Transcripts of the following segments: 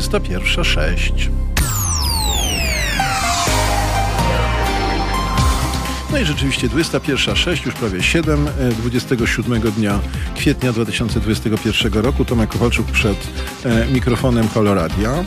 21:06. No i rzeczywiście 21:06, już prawie 7, 27 dnia kwietnia 2021 roku. Tomek Kowalczuk przed mikrofonem Halo Radia.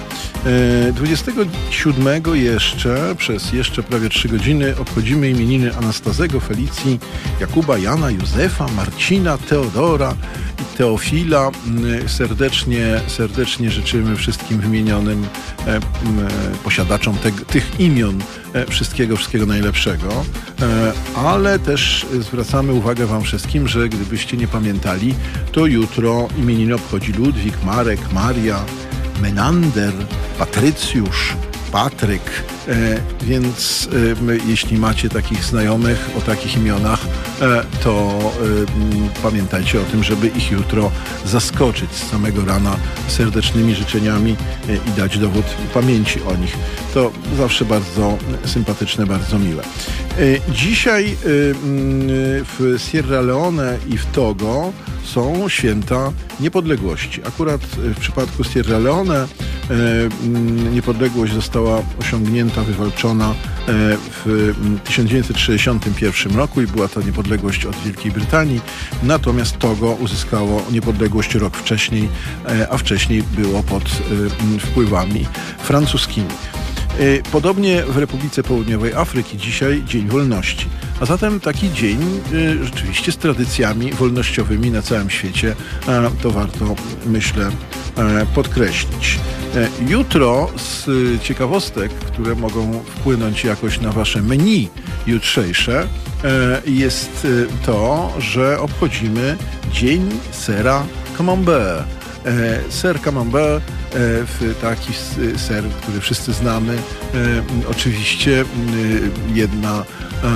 27 jeszcze prawie 3 godziny obchodzimy imieniny Anastazego, Felicji, Jakuba, Jana, Józefa, Marcina, Teodora i Teofila. Serdecznie życzymy wszystkim wymienionym posiadaczom tych imion wszystkiego najlepszego. Ale też zwracamy uwagę wam wszystkim, że gdybyście nie pamiętali, to jutro imieniny obchodzi Ludwik, Marek, Maria, Menander, Patrycjusz, Patryk, więc jeśli macie takich znajomych o takich imionach, to pamiętajcie o tym, żeby ich jutro zaskoczyć z samego rana serdecznymi życzeniami i dać dowód pamięci o nich. To zawsze bardzo sympatyczne, bardzo miłe. Dzisiaj w Sierra Leone i w Togo są święta niepodległości. Akurat w przypadku Sierra Leone niepodległość została osiągnięta, wywalczona w 1961 roku i była to niepodległość od Wielkiej Brytanii. Natomiast Togo uzyskało niepodległość rok wcześniej, a wcześniej było pod wpływami francuskimi. Podobnie w Republice Południowej Afryki dzisiaj Dzień Wolności. A zatem taki dzień rzeczywiście z tradycjami wolnościowymi na całym świecie. To warto, myślę, podkreślić. Jutro z ciekawostek, które mogą wpłynąć jakoś na wasze menu jutrzejsze, jest to, że obchodzimy Dzień Sera Camembert. Ser Camembert, taki ser, który wszyscy znamy, oczywiście jedno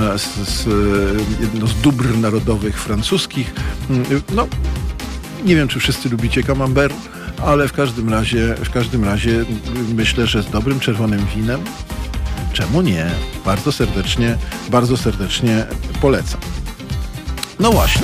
z dóbr narodowych francuskich. No, nie wiem, czy wszyscy lubicie camembert, ale w każdym razie myślę, że z dobrym czerwonym winem, czemu nie? Bardzo serdecznie polecam. No właśnie.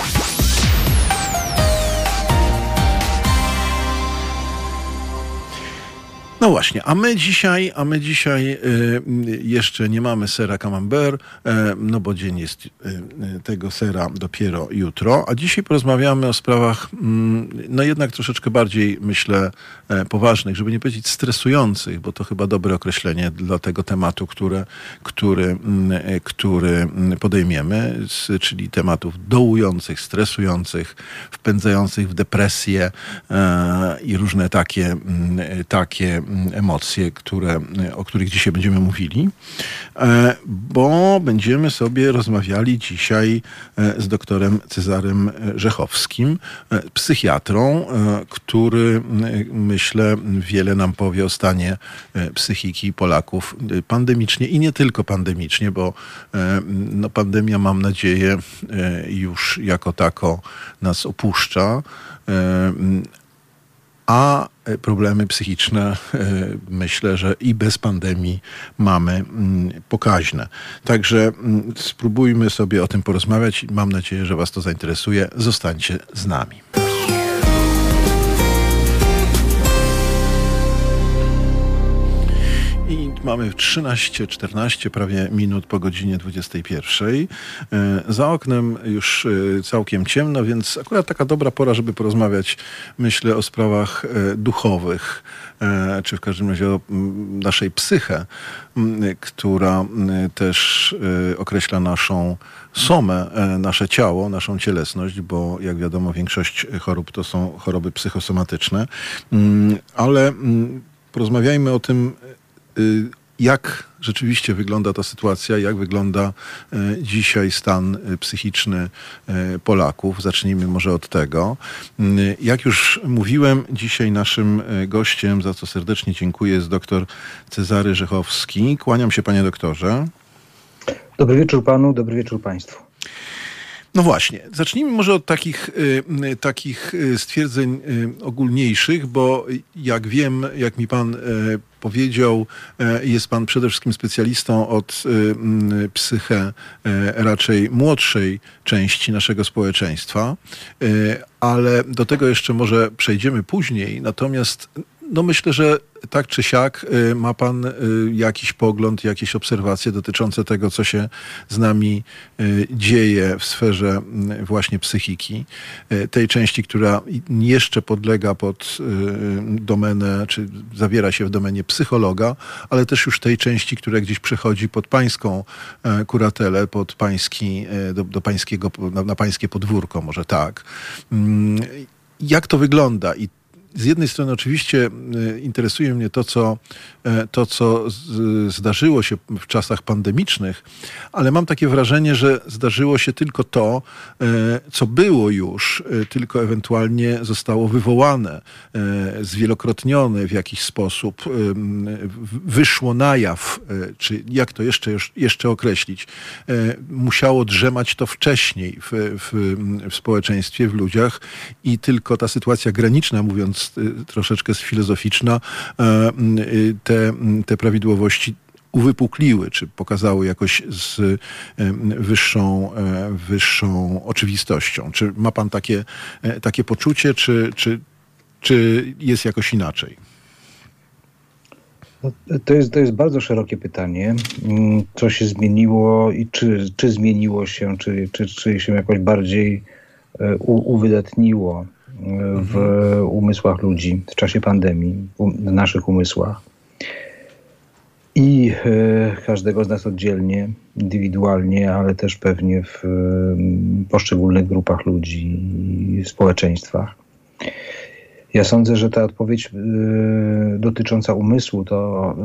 No właśnie, a my dzisiaj jeszcze nie mamy sera camembert, no bo dzień jest tego sera dopiero jutro, a dzisiaj porozmawiamy o sprawach, no jednak troszeczkę bardziej, myślę, poważnych, żeby nie powiedzieć stresujących, bo to chyba dobre określenie dla tego tematu, który podejmiemy, czyli tematów dołujących, stresujących, wpędzających w depresję i różne takie emocje, o których dzisiaj będziemy mówili, bo będziemy sobie rozmawiali dzisiaj z doktorem Cezarym Rzechowskim, psychiatrą, który, myślę, wiele nam powie o stanie psychiki Polaków pandemicznie i nie tylko pandemicznie, bo no, pandemia, mam nadzieję, już jako tako nas opuszcza, a problemy psychiczne, myślę, że i bez pandemii mamy pokaźne. Także spróbujmy sobie o tym porozmawiać. Mam nadzieję, że was to zainteresuje. Zostańcie z nami. I mamy 13-14 prawie minut po godzinie 21. Za oknem już całkiem ciemno, więc akurat taka dobra pora, żeby porozmawiać, myślę, o sprawach duchowych, czy w każdym razie o naszej psyche, która też określa naszą somę, nasze ciało, naszą cielesność, bo jak wiadomo, większość chorób to są choroby psychosomatyczne. Ale porozmawiajmy o tym, jak rzeczywiście wygląda ta sytuacja, jak wygląda dzisiaj stan psychiczny Polaków. Zacznijmy może od tego. Jak już mówiłem, dzisiaj naszym gościem, za co serdecznie dziękuję, jest doktor Cezary Rzechowski. Kłaniam się, panie doktorze. Dobry wieczór panu, dobry wieczór państwu. No właśnie, zacznijmy może od takich stwierdzeń ogólniejszych, bo jak wiem, jak mi pan powiedział, jest pan przede wszystkim specjalistą od psyche raczej młodszej części naszego społeczeństwa, ale do tego jeszcze może przejdziemy później. Natomiast No myślę, że tak czy siak ma pan jakiś pogląd, jakieś obserwacje dotyczące tego, co się z nami dzieje w sferze właśnie psychiki. Tej części, która jeszcze podlega pod domenę, czy zawiera się w domenie psychologa, ale też już tej części, która gdzieś przechodzi pod pańską kuratelę, pod pański, do pańskiego, na pańskie podwórko, może tak. Jak to wygląda? I z jednej strony oczywiście interesuje mnie to, co zdarzyło się w czasach pandemicznych, ale mam takie wrażenie, że zdarzyło się tylko to, co było już, tylko ewentualnie zostało wywołane, zwielokrotnione w jakiś sposób, wyszło na jaw, czy jak to jeszcze określić. Musiało drzemać to wcześniej w społeczeństwie, w ludziach i tylko ta sytuacja graniczna, mówiąc troszeczkę filozoficzna, te prawidłowości uwypukliły, czy pokazały jakoś z wyższą oczywistością. Czy ma pan takie poczucie, czy jest jakoś inaczej? To jest bardzo szerokie pytanie. Co się zmieniło i czy zmieniło się, czy się jakoś bardziej uwydatniło w umysłach ludzi w czasie pandemii, w naszych umysłach. I każdego z nas oddzielnie, indywidualnie, ale też pewnie w poszczególnych grupach ludzi i społeczeństwach. Ja sądzę, że ta odpowiedź dotycząca umysłu to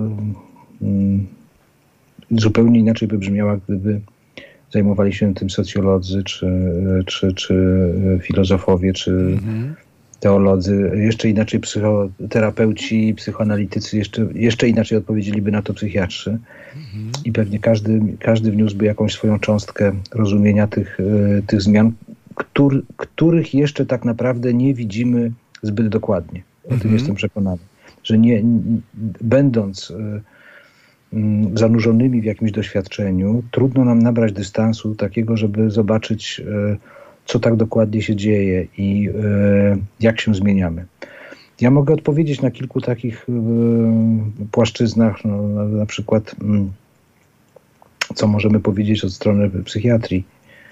zupełnie inaczej by brzmiała, gdyby zajmowali się tym socjolodzy, czy filozofowie, czy teolodzy, jeszcze inaczej psychoterapeuci, psychoanalitycy, jeszcze inaczej odpowiedzieliby na to psychiatrzy. I pewnie każdy wniósłby jakąś swoją cząstkę rozumienia tych zmian, których jeszcze tak naprawdę nie widzimy zbyt dokładnie. O tym jestem przekonany. Że nie będąc zanurzonymi w jakimś doświadczeniu, trudno nam nabrać dystansu takiego, żeby zobaczyć, co tak dokładnie się dzieje i jak się zmieniamy. Ja mogę odpowiedzieć na kilku takich płaszczyznach, na przykład co możemy powiedzieć od strony psychiatrii,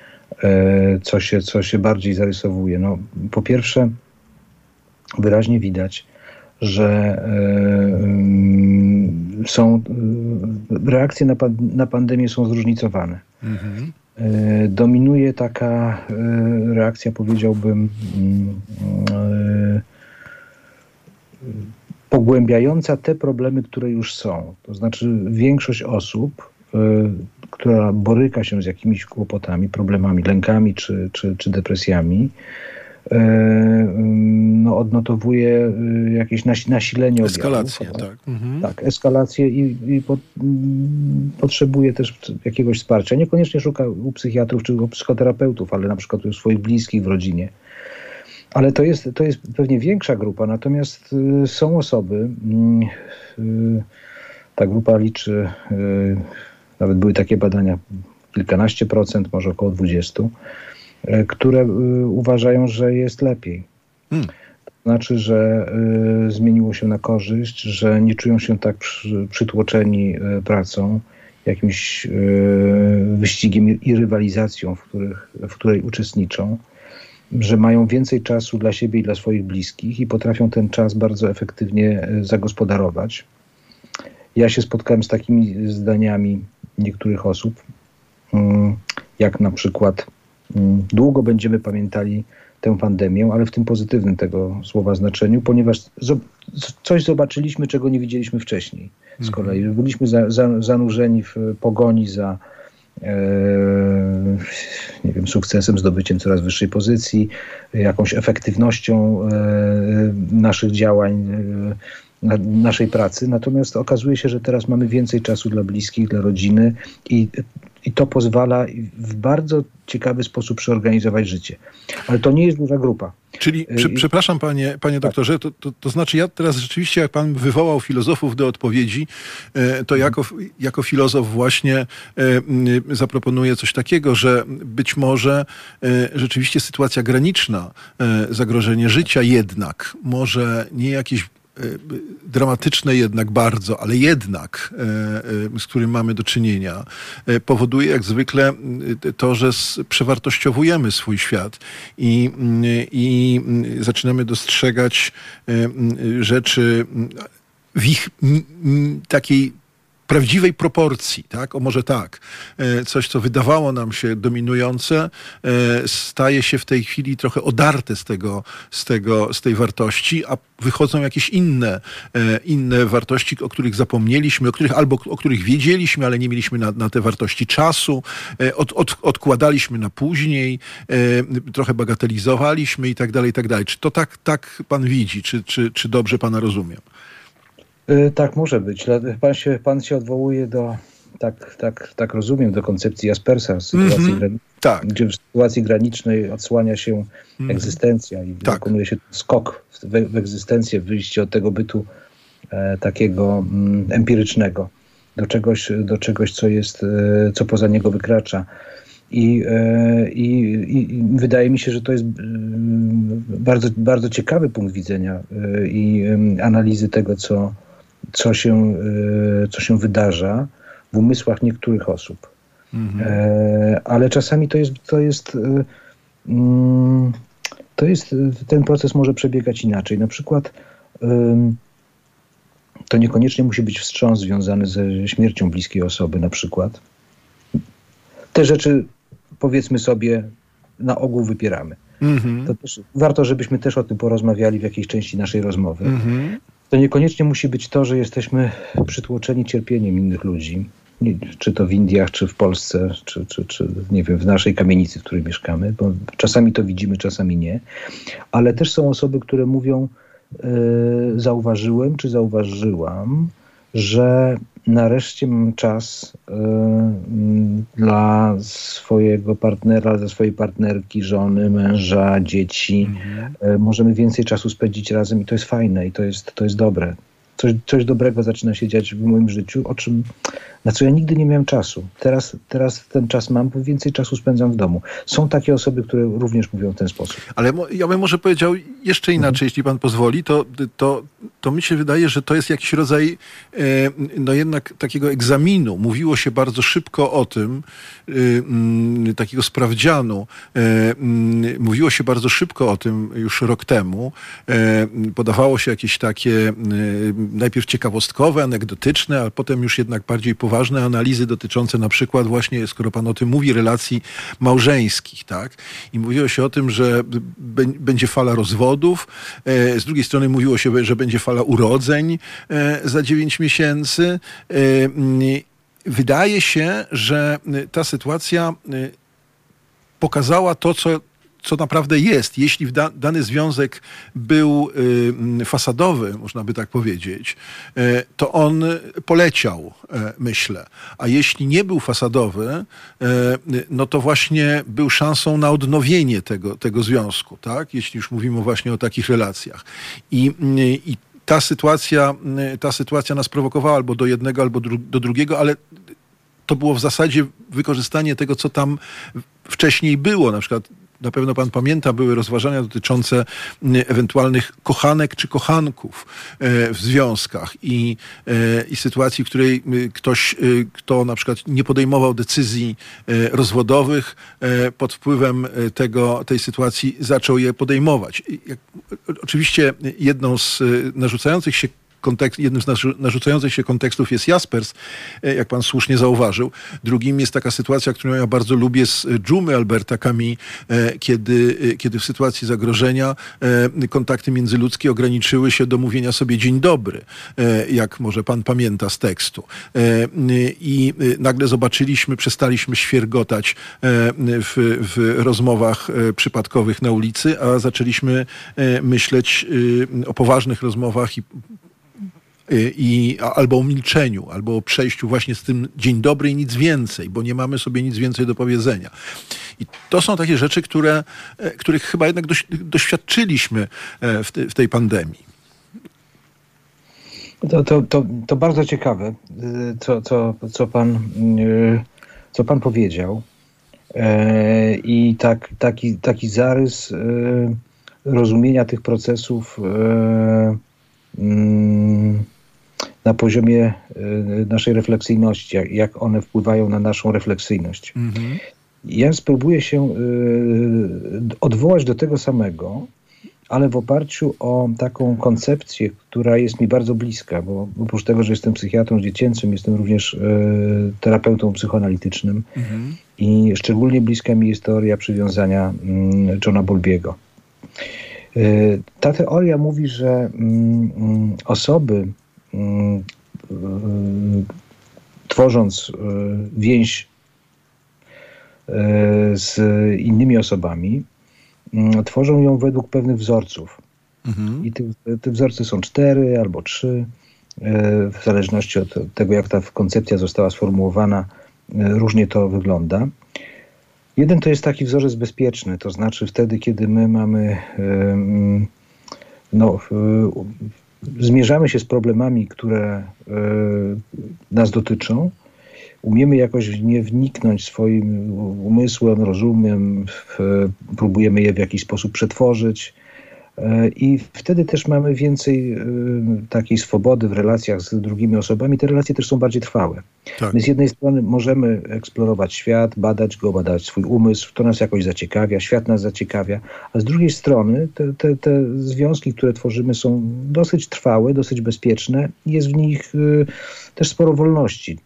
co się bardziej zarysowuje. No, po pierwsze, wyraźnie widać, że reakcje na pandemię są zróżnicowane. Dominuje taka reakcja, powiedziałbym, pogłębiająca te problemy, które już są. To znaczy większość osób, która boryka się z jakimiś kłopotami, problemami, lękami czy depresjami, odnotowuje jakieś nasilenie objawów. Eskalację, tak. Tak, eskalację i potrzebuje też jakiegoś wsparcia. Niekoniecznie szuka u psychiatrów czy u psychoterapeutów, ale na przykład u swoich bliskich w rodzinie. Ale to jest pewnie większa grupa, natomiast są osoby, ta grupa liczy, nawet były takie badania, kilkanaście procent, może około 20%, które uważają, że jest lepiej. To znaczy, że zmieniło się na korzyść, że nie czują się tak przytłoczeni pracą, jakimś wyścigiem i rywalizacją, w której uczestniczą, że mają więcej czasu dla siebie i dla swoich bliskich i potrafią ten czas bardzo efektywnie zagospodarować. Ja się spotkałem z takimi zdaniami niektórych osób, jak na przykład długo będziemy pamiętali tę pandemię, ale w tym pozytywnym tego słowa znaczeniu, ponieważ coś zobaczyliśmy, czego nie widzieliśmy wcześniej. Z kolei byliśmy zanurzeni w pogoni za sukcesem, zdobyciem coraz wyższej pozycji, jakąś efektywnością naszych działań, naszej pracy. Natomiast okazuje się, że teraz mamy więcej czasu dla bliskich, dla rodziny i to pozwala w bardzo ciekawy sposób przeorganizować życie. Ale to nie jest duża grupa. Czyli, przepraszam panie doktorze, to znaczy ja teraz rzeczywiście, jak pan wywołał filozofów do odpowiedzi, to jako filozof właśnie zaproponuję coś takiego, że być może rzeczywiście sytuacja graniczna, zagrożenie życia jednak, może nie jakieś dramatyczne jednak bardzo, ale jednak, z którym mamy do czynienia, powoduje jak zwykle to, że przewartościowujemy swój świat i zaczynamy dostrzegać rzeczy w ich takiej prawdziwej proporcji, tak? O może tak. Coś, co wydawało nam się dominujące, staje się w tej chwili trochę odarte z tej wartości, a wychodzą jakieś inne wartości, o których zapomnieliśmy, o których wiedzieliśmy, ale nie mieliśmy na te wartości czasu, odkładaliśmy na później, trochę bagatelizowaliśmy i tak dalej, i tak dalej. Czy to tak pan widzi? Czy dobrze pana rozumiem? Tak może być. Pan się odwołuje do, tak rozumiem, do koncepcji Jaspersa, gdzie w sytuacji granicznej odsłania się egzystencja i dokonuje się skok w egzystencję, wyjście od tego bytu takiego empirycznego do czegoś, co poza niego wykracza. I wydaje mi się, że to jest bardzo, bardzo ciekawy punkt widzenia i analizy tego, co się wydarza w umysłach niektórych osób. Ale czasami ten proces może przebiegać inaczej. Na przykład to niekoniecznie musi być wstrząs związany ze śmiercią bliskiej osoby na przykład. Te rzeczy, powiedzmy sobie, na ogół wypieramy. To też, warto, żebyśmy też o tym porozmawiali w jakiejś części naszej rozmowy. To niekoniecznie musi być to, że jesteśmy przytłoczeni cierpieniem innych ludzi, czy to w Indiach, czy w Polsce, czy nie wiem, w naszej kamienicy, w której mieszkamy, bo czasami to widzimy, czasami nie. Ale też są osoby, które mówią, zauważyłem, czy zauważyłam, że nareszcie mam czas dla swojego partnera, dla swojej partnerki, żony, męża, dzieci. Możemy więcej czasu spędzić razem i to jest fajne i to jest dobre. Coś dobrego zaczyna się dziać w moim życiu, na co ja nigdy nie miałem czasu. Teraz ten czas mam, bo więcej czasu spędzam w domu. Są takie osoby, które również mówią w ten sposób. Ale ja bym może powiedział jeszcze inaczej, jeśli pan pozwoli, to mi się wydaje, że to jest jakiś rodzaj no jednak takiego egzaminu. Mówiło się bardzo szybko o tym, takiego sprawdzianu. Mówiło się bardzo szybko o tym już rok temu. Podawało się jakieś takie najpierw ciekawostkowe, anegdotyczne, a potem już jednak bardziej poważne analizy dotyczące na przykład właśnie, skoro pan o tym mówi, relacji małżeńskich, tak? I mówiło się o tym, że będzie fala rozwodów. Z drugiej strony mówiło się, że będzie fala urodzeń za 9 miesięcy. Wydaje się, że ta sytuacja pokazała to, co naprawdę jest. Jeśli dany związek był fasadowy, można by tak powiedzieć, to on poleciał, myślę. A jeśli nie był fasadowy, no to właśnie był szansą na odnowienie tego związku, tak? Jeśli już mówimy właśnie o takich relacjach. I ta sytuacja nas prowokowała albo do jednego, albo do drugiego, ale to było w zasadzie wykorzystanie tego, co tam wcześniej było. Na przykład na pewno pan pamięta, były rozważania dotyczące ewentualnych kochanek czy kochanków w związkach i sytuacji, w której ktoś, kto na przykład nie podejmował decyzji rozwodowych, pod wpływem tej sytuacji zaczął je podejmować. Oczywiście jednym z narzucających się kontekstów jest Jaspers, jak pan słusznie zauważył. Drugim jest taka sytuacja, którą ja bardzo lubię z Dżumy Alberta Camus, kiedy w sytuacji zagrożenia kontakty międzyludzkie ograniczyły się do mówienia sobie dzień dobry, jak może pan pamięta z tekstu. I nagle przestaliśmy świergotać w rozmowach przypadkowych na ulicy, a zaczęliśmy myśleć o poważnych rozmowach albo o milczeniu, albo o przejściu właśnie z tym dzień dobry i nic więcej, bo nie mamy sobie nic więcej do powiedzenia. I to są takie rzeczy, których chyba jednak doświadczyliliśmy w tej pandemii. To bardzo ciekawe, co pan powiedział. I taki zarys rozumienia tych procesów na poziomie naszej refleksyjności, jak one wpływają na naszą refleksyjność. Ja spróbuję się odwołać do tego samego, ale w oparciu o taką koncepcję, która jest mi bardzo bliska, bo oprócz tego, że jestem psychiatrą dziecięcym, jestem również terapeutą psychoanalitycznym i szczególnie bliska mi jest teoria przywiązania Johna Bowlbiego. Ta teoria mówi, że osoby tworząc więź z innymi osobami, tworzą ją według pewnych wzorców. I te wzorce są 4 albo 3, w zależności od tego, jak ta koncepcja została sformułowana, różnie to wygląda. Jeden to jest taki wzorzec bezpieczny, to znaczy wtedy, kiedy my mamy, zmierzamy się z problemami, które nas dotyczą, umiemy jakoś w nie wniknąć swoim umysłem, rozumem, próbujemy je w jakiś sposób przetworzyć i wtedy też mamy więcej takiej swobody w relacjach z drugimi osobami. Te relacje też są bardziej trwałe. Tak. My z jednej strony możemy eksplorować świat, badać go, badać swój umysł, to nas jakoś zaciekawia, świat nas zaciekawia, a z drugiej strony te związki, które tworzymy, są dosyć trwałe, dosyć bezpieczne i jest w nich też sporo wolności.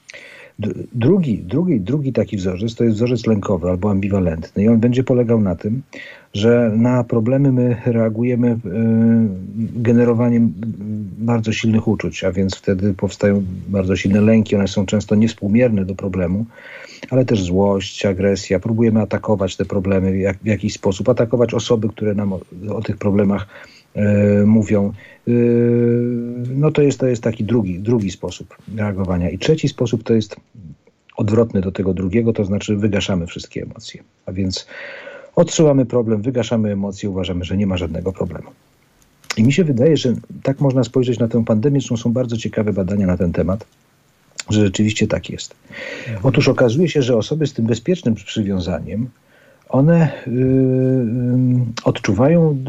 Drugi taki wzorzec to jest wzorzec lękowy albo ambiwalentny i on będzie polegał na tym, że na problemy my reagujemy generowaniem bardzo silnych uczuć, a więc wtedy powstają bardzo silne lęki, one są często niewspółmierne do problemu, ale też złość, agresja. Próbujemy atakować te problemy w jakiś sposób, atakować osoby, które nam o tych problemach mówią. No to jest taki drugi sposób reagowania. I trzeci sposób to jest odwrotny do tego drugiego, to znaczy wygaszamy wszystkie emocje. A więc odsyłamy problem, wygaszamy emocje, uważamy, że nie ma żadnego problemu. I mi się wydaje, że tak można spojrzeć na tę pandemię, zresztą są bardzo ciekawe badania na ten temat, że rzeczywiście tak jest. Otóż okazuje się, że osoby z tym bezpiecznym przywiązaniem, one odczuwają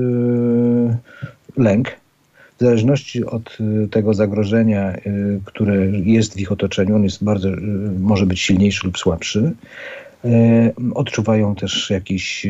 lęk w zależności od tego zagrożenia, które jest w ich otoczeniu. On jest może być silniejszy lub słabszy. Odczuwają też jakiś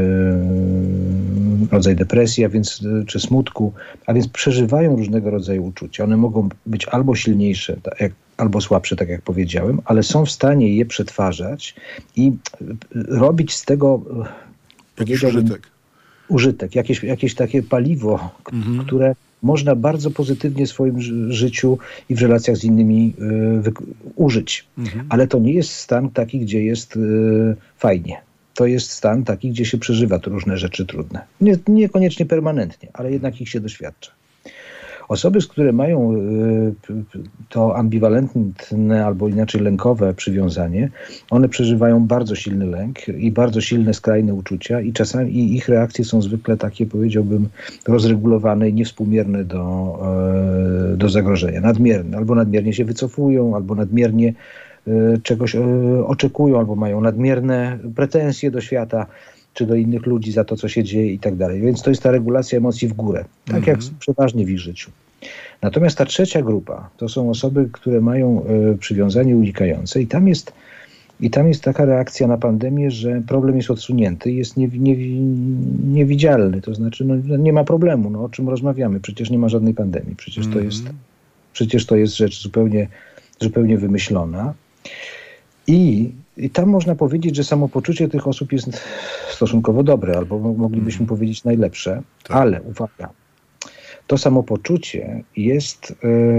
rodzaj depresji, czy smutku, a więc przeżywają różnego rodzaju uczucia. One mogą być albo silniejsze, albo słabsze, tak jak powiedziałem, ale są w stanie je przetwarzać i robić z tego jakiś użytek, jakieś takie paliwo, które można bardzo pozytywnie w swoim życiu i w relacjach z innymi użyć. Ale to nie jest stan taki, gdzie jest fajnie. To jest stan taki, gdzie się przeżywa różne rzeczy trudne. Niekoniecznie permanentnie, ale jednak ich się doświadcza. Osoby, które mają to ambiwalentne albo inaczej lękowe przywiązanie, one przeżywają bardzo silny lęk i bardzo silne, skrajne uczucia i czasami ich reakcje są zwykle takie, powiedziałbym, rozregulowane i niewspółmierne do zagrożenia. Nadmierne. Albo nadmiernie się wycofują, albo nadmiernie czegoś oczekują, albo mają nadmierne pretensje do świata czy do innych ludzi za to, co się dzieje i tak dalej. Więc to jest ta regulacja emocji w górę, tak jak przeważnie w ich życiu. Natomiast ta trzecia grupa to są osoby, które mają przywiązanie unikające i tam jest taka reakcja na pandemię, że problem jest odsunięty, jest niewidzialny. To znaczy nie ma problemu. O czym rozmawiamy? Przecież nie ma żadnej pandemii. Przecież to jest rzecz zupełnie wymyślona. I tam można powiedzieć, że samopoczucie tych osób jest stosunkowo dobre, albo moglibyśmy powiedzieć najlepsze, tak. Ale uwaga, to samopoczucie jest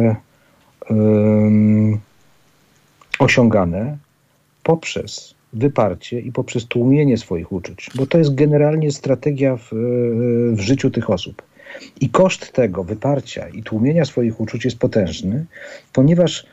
osiągane poprzez wyparcie i poprzez tłumienie swoich uczuć, bo to jest generalnie strategia w życiu tych osób. I koszt tego wyparcia i tłumienia swoich uczuć jest potężny, ponieważ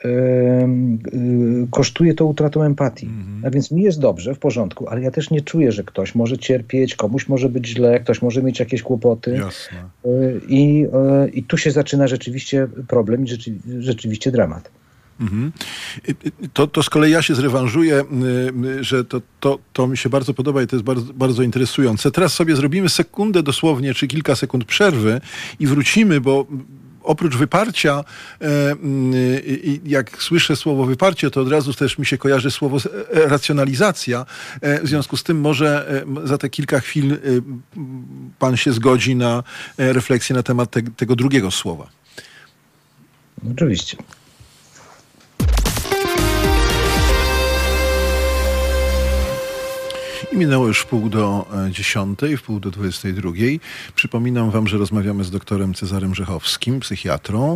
kosztuje to utratą empatii. A więc mi jest dobrze, w porządku, ale ja też nie czuję, że ktoś może cierpieć, komuś może być źle, ktoś może mieć jakieś kłopoty. Jasne. I tu się zaczyna rzeczywiście problem i rzeczywiście dramat. To z kolei ja się zrewanżuję, że to mi się bardzo podoba i to jest bardzo, bardzo interesujące. Teraz sobie zrobimy sekundę dosłownie, czy kilka sekund przerwy i wrócimy, bo oprócz wyparcia, jak słyszę słowo wyparcie, to od razu też mi się kojarzy słowo racjonalizacja. W związku z tym może za te kilka chwil pan się zgodzi na refleksję na temat tego drugiego słowa. Oczywiście. I minęło już 9:30, 9:40. Przypominam wam, że rozmawiamy z doktorem Cezarym Rzechowskim, psychiatrą.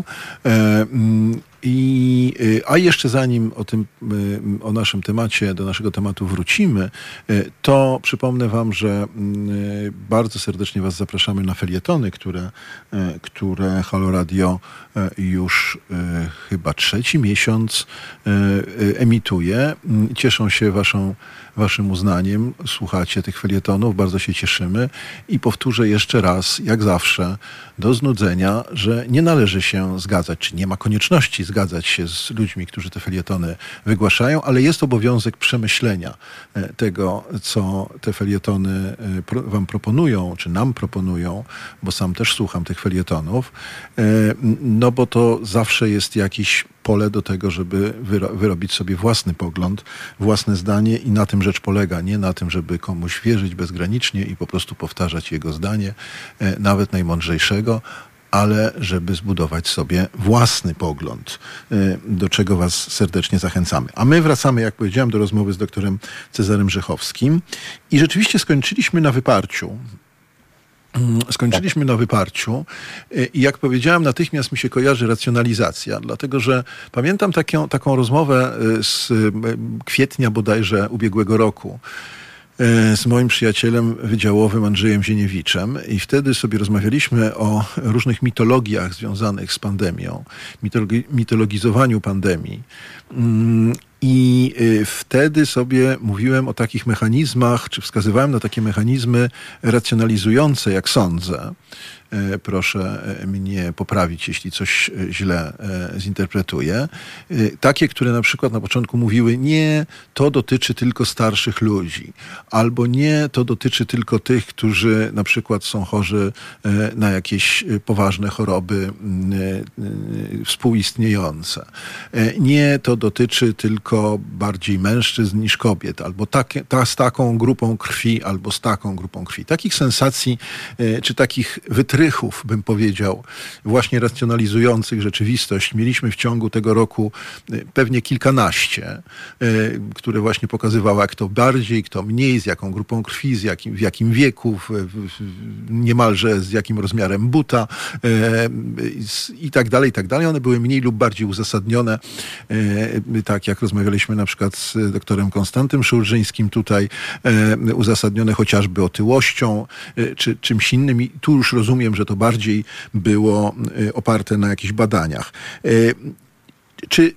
A jeszcze zanim o naszym temacie, do naszego tematu wrócimy, to przypomnę wam, że bardzo serdecznie was zapraszamy na felietony, które Halo Radio już chyba 3. miesiąc emituje. Cieszą się waszym uznaniem. Słuchacie tych felietonów, bardzo się cieszymy. I powtórzę jeszcze raz, jak zawsze, do znudzenia, że nie należy się zgadzać, czy nie ma konieczności zgadzać się z ludźmi, którzy te felietony wygłaszają, ale jest obowiązek przemyślenia tego, co te felietony wam proponują, czy nam proponują, bo sam też słucham tych felietonów, no bo to zawsze jest jakiś pole do tego, żeby wyrobić sobie własny pogląd, własne zdanie i na tym rzecz polega. Nie na tym, żeby komuś wierzyć bezgranicznie i po prostu powtarzać jego zdanie, nawet najmądrzejszego, ale żeby zbudować sobie własny pogląd, do czego was serdecznie zachęcamy. A my wracamy, jak powiedziałem, do rozmowy z doktorem Cezarym Rzechowskim i rzeczywiście skończyliśmy na wyparciu. I jak powiedziałem, natychmiast mi się kojarzy racjonalizacja, dlatego że pamiętam taką rozmowę z kwietnia bodajże ubiegłego roku z moim przyjacielem wydziałowym Andrzejem Ziniewiczem i wtedy sobie rozmawialiśmy o różnych mitologiach związanych z pandemią, mitologizowaniu pandemii. I wtedy sobie mówiłem o takich mechanizmach, czy wskazywałem na takie mechanizmy racjonalizujące, jak sądzę. Proszę mnie poprawić, jeśli coś źle zinterpretuję. Takie, które na przykład na początku mówiły, nie, to dotyczy tylko starszych ludzi, albo nie, to dotyczy tylko tych, którzy na przykład są chorzy na jakieś poważne choroby współistniejące. Nie, to dotyczy tylko bardziej mężczyzn niż kobiet, albo z taką grupą krwi, albo z taką grupą krwi. Takich sensacji, czy takich wytrychów, bym powiedział, właśnie racjonalizujących rzeczywistość. Mieliśmy w ciągu tego roku pewnie kilkanaście, które właśnie pokazywały, kto bardziej, kto mniej, z jaką grupą krwi, w jakim wieku, niemalże z jakim rozmiarem buta i tak dalej, i tak dalej. One były mniej lub bardziej uzasadnione, tak jak rozmawialiśmy na przykład z doktorem Konstantym Szulżyńskim tutaj, uzasadnione chociażby otyłością, czy czymś innym. I tu już rozumiem, że to bardziej było oparte na jakichś badaniach. Czy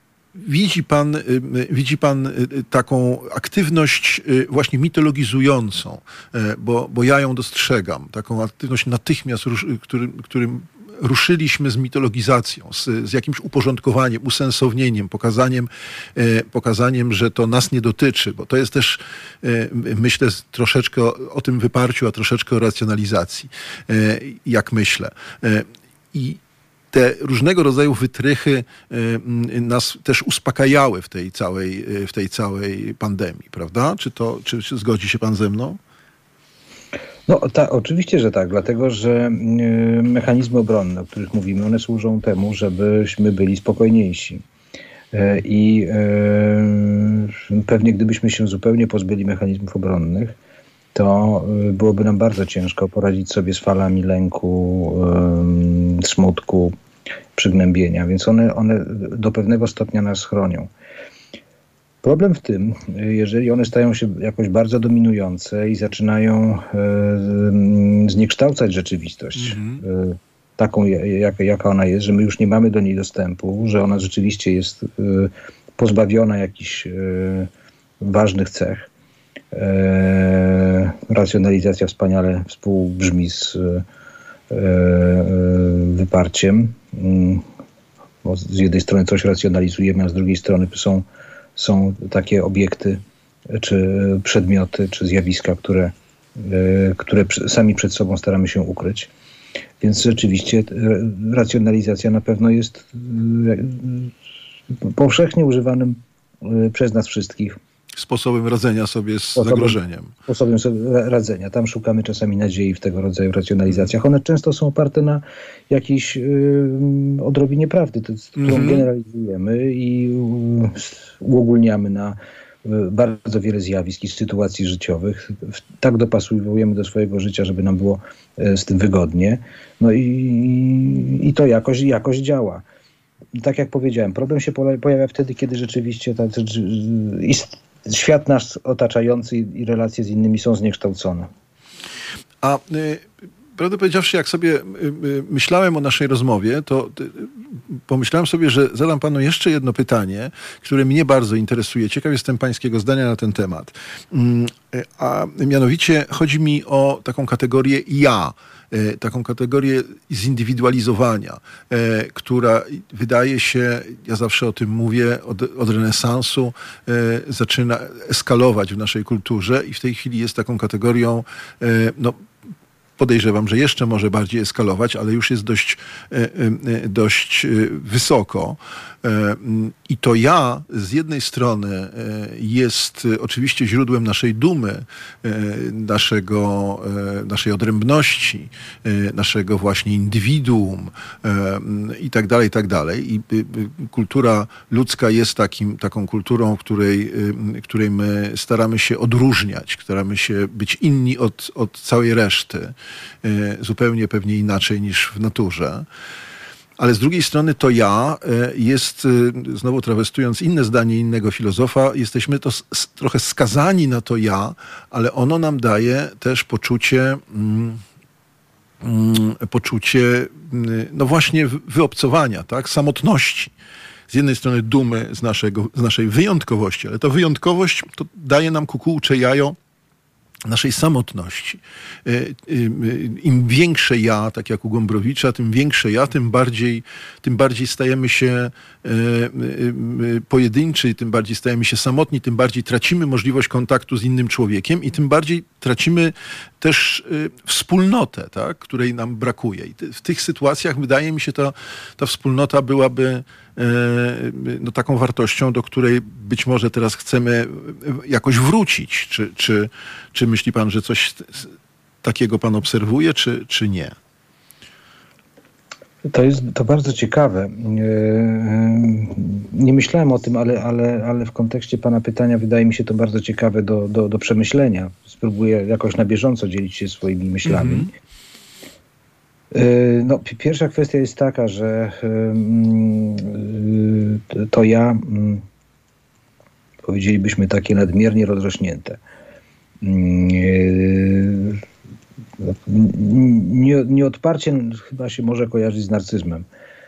widzi pan taką aktywność właśnie mitologizującą, bo ja ją dostrzegam, taką aktywność natychmiast, którym ruszyliśmy z mitologizacją, z jakimś uporządkowaniem, usensownieniem, pokazaniem, że to nas nie dotyczy, bo to jest też, myślę, troszeczkę o tym wyparciu, a troszeczkę o racjonalizacji, jak myślę. I te różnego rodzaju wytrychy nas też uspokajały w tej całej pandemii, prawda? Czy zgodzi się pan ze mną? No oczywiście, że tak, dlatego że mechanizmy obronne, o których mówimy, one służą temu, żebyśmy byli spokojniejsi. I pewnie gdybyśmy się zupełnie pozbyli mechanizmów obronnych, to byłoby nam bardzo ciężko poradzić sobie z falami lęku, smutku, przygnębienia, więc one do pewnego stopnia nas chronią. Problem w tym, jeżeli one stają się jakoś bardzo dominujące i zaczynają zniekształcać rzeczywistość, taką jaka ona jest, że my już nie mamy do niej dostępu, że ona rzeczywiście jest pozbawiona jakichś ważnych cech. Racjonalizacja wspaniale współbrzmi z wyparciem. bo z jednej strony coś racjonalizujemy, a z drugiej strony są takie obiekty, czy przedmioty, czy zjawiska, które sami przed sobą staramy się ukryć. Więc rzeczywiście racjonalizacja na pewno jest powszechnie używanym przez nas wszystkich sposobem radzenia sobie z zagrożeniem. Sposobem sobie radzenia. Tam szukamy czasami nadziei w tego rodzaju racjonalizacjach. One często są oparte na jakiejś odrobinie prawdy, którą generalizujemy i uogólniamy na bardzo wiele zjawisk i sytuacji życiowych. Tak dopasujemy do swojego życia, żeby nam było z tym wygodnie. No i to jakoś działa. Tak jak powiedziałem, problem się pojawia wtedy, kiedy rzeczywiście świat nasz otaczający i relacje z innymi są zniekształcone. A prawdę powiedziawszy, jak sobie myślałem o naszej rozmowie, to pomyślałem sobie, że zadam panu jeszcze jedno pytanie, które mnie bardzo interesuje. Ciekaw jestem pańskiego zdania na ten temat. A mianowicie chodzi mi o taką kategorię ja, taką kategorię zindywidualizowania, która wydaje się, ja zawsze o tym mówię, od renesansu zaczyna eskalować w naszej kulturze i w tej chwili jest taką kategorią, podejrzewam, że jeszcze może bardziej eskalować, ale już jest dość wysoko. I to ja z jednej strony jest oczywiście źródłem naszej dumy, naszej odrębności, naszego właśnie indywiduum i tak dalej, i tak dalej. I kultura ludzka jest taką kulturą, której my staramy się odróżniać, staramy się być inni od całej reszty, zupełnie pewnie inaczej niż w naturze. Ale z drugiej strony to ja jest, znowu trawestując inne zdanie innego filozofa, jesteśmy to trochę skazani na to ja, ale ono nam daje też poczucie no właśnie wyobcowania, tak? Samotności. Z jednej strony dumy z naszej wyjątkowości, ale ta wyjątkowość to daje nam kukułcze jajo naszej samotności. Im większe ja, tak jak u Gombrowicza, tym większe ja, tym bardziej stajemy się pojedynczy, tym bardziej stajemy się samotni, tym bardziej tracimy możliwość kontaktu z innym człowiekiem i tym bardziej tracimy też wspólnotę, tak, której nam brakuje. I w tych sytuacjach wydaje mi się, ta wspólnota byłaby taką wartością, do której być może teraz chcemy jakoś wrócić. Czy myśli pan, że coś takiego pan obserwuje, czy nie? To bardzo ciekawe. Nie myślałem o tym, ale w kontekście pana pytania wydaje mi się to bardzo ciekawe do przemyślenia. Spróbuję jakoś na bieżąco dzielić się swoimi myślami. Pierwsza kwestia jest taka, że to ja, powiedzielibyśmy, takie nadmiernie rozrośnięte. Nieodparcie chyba się może kojarzyć z narcyzmem.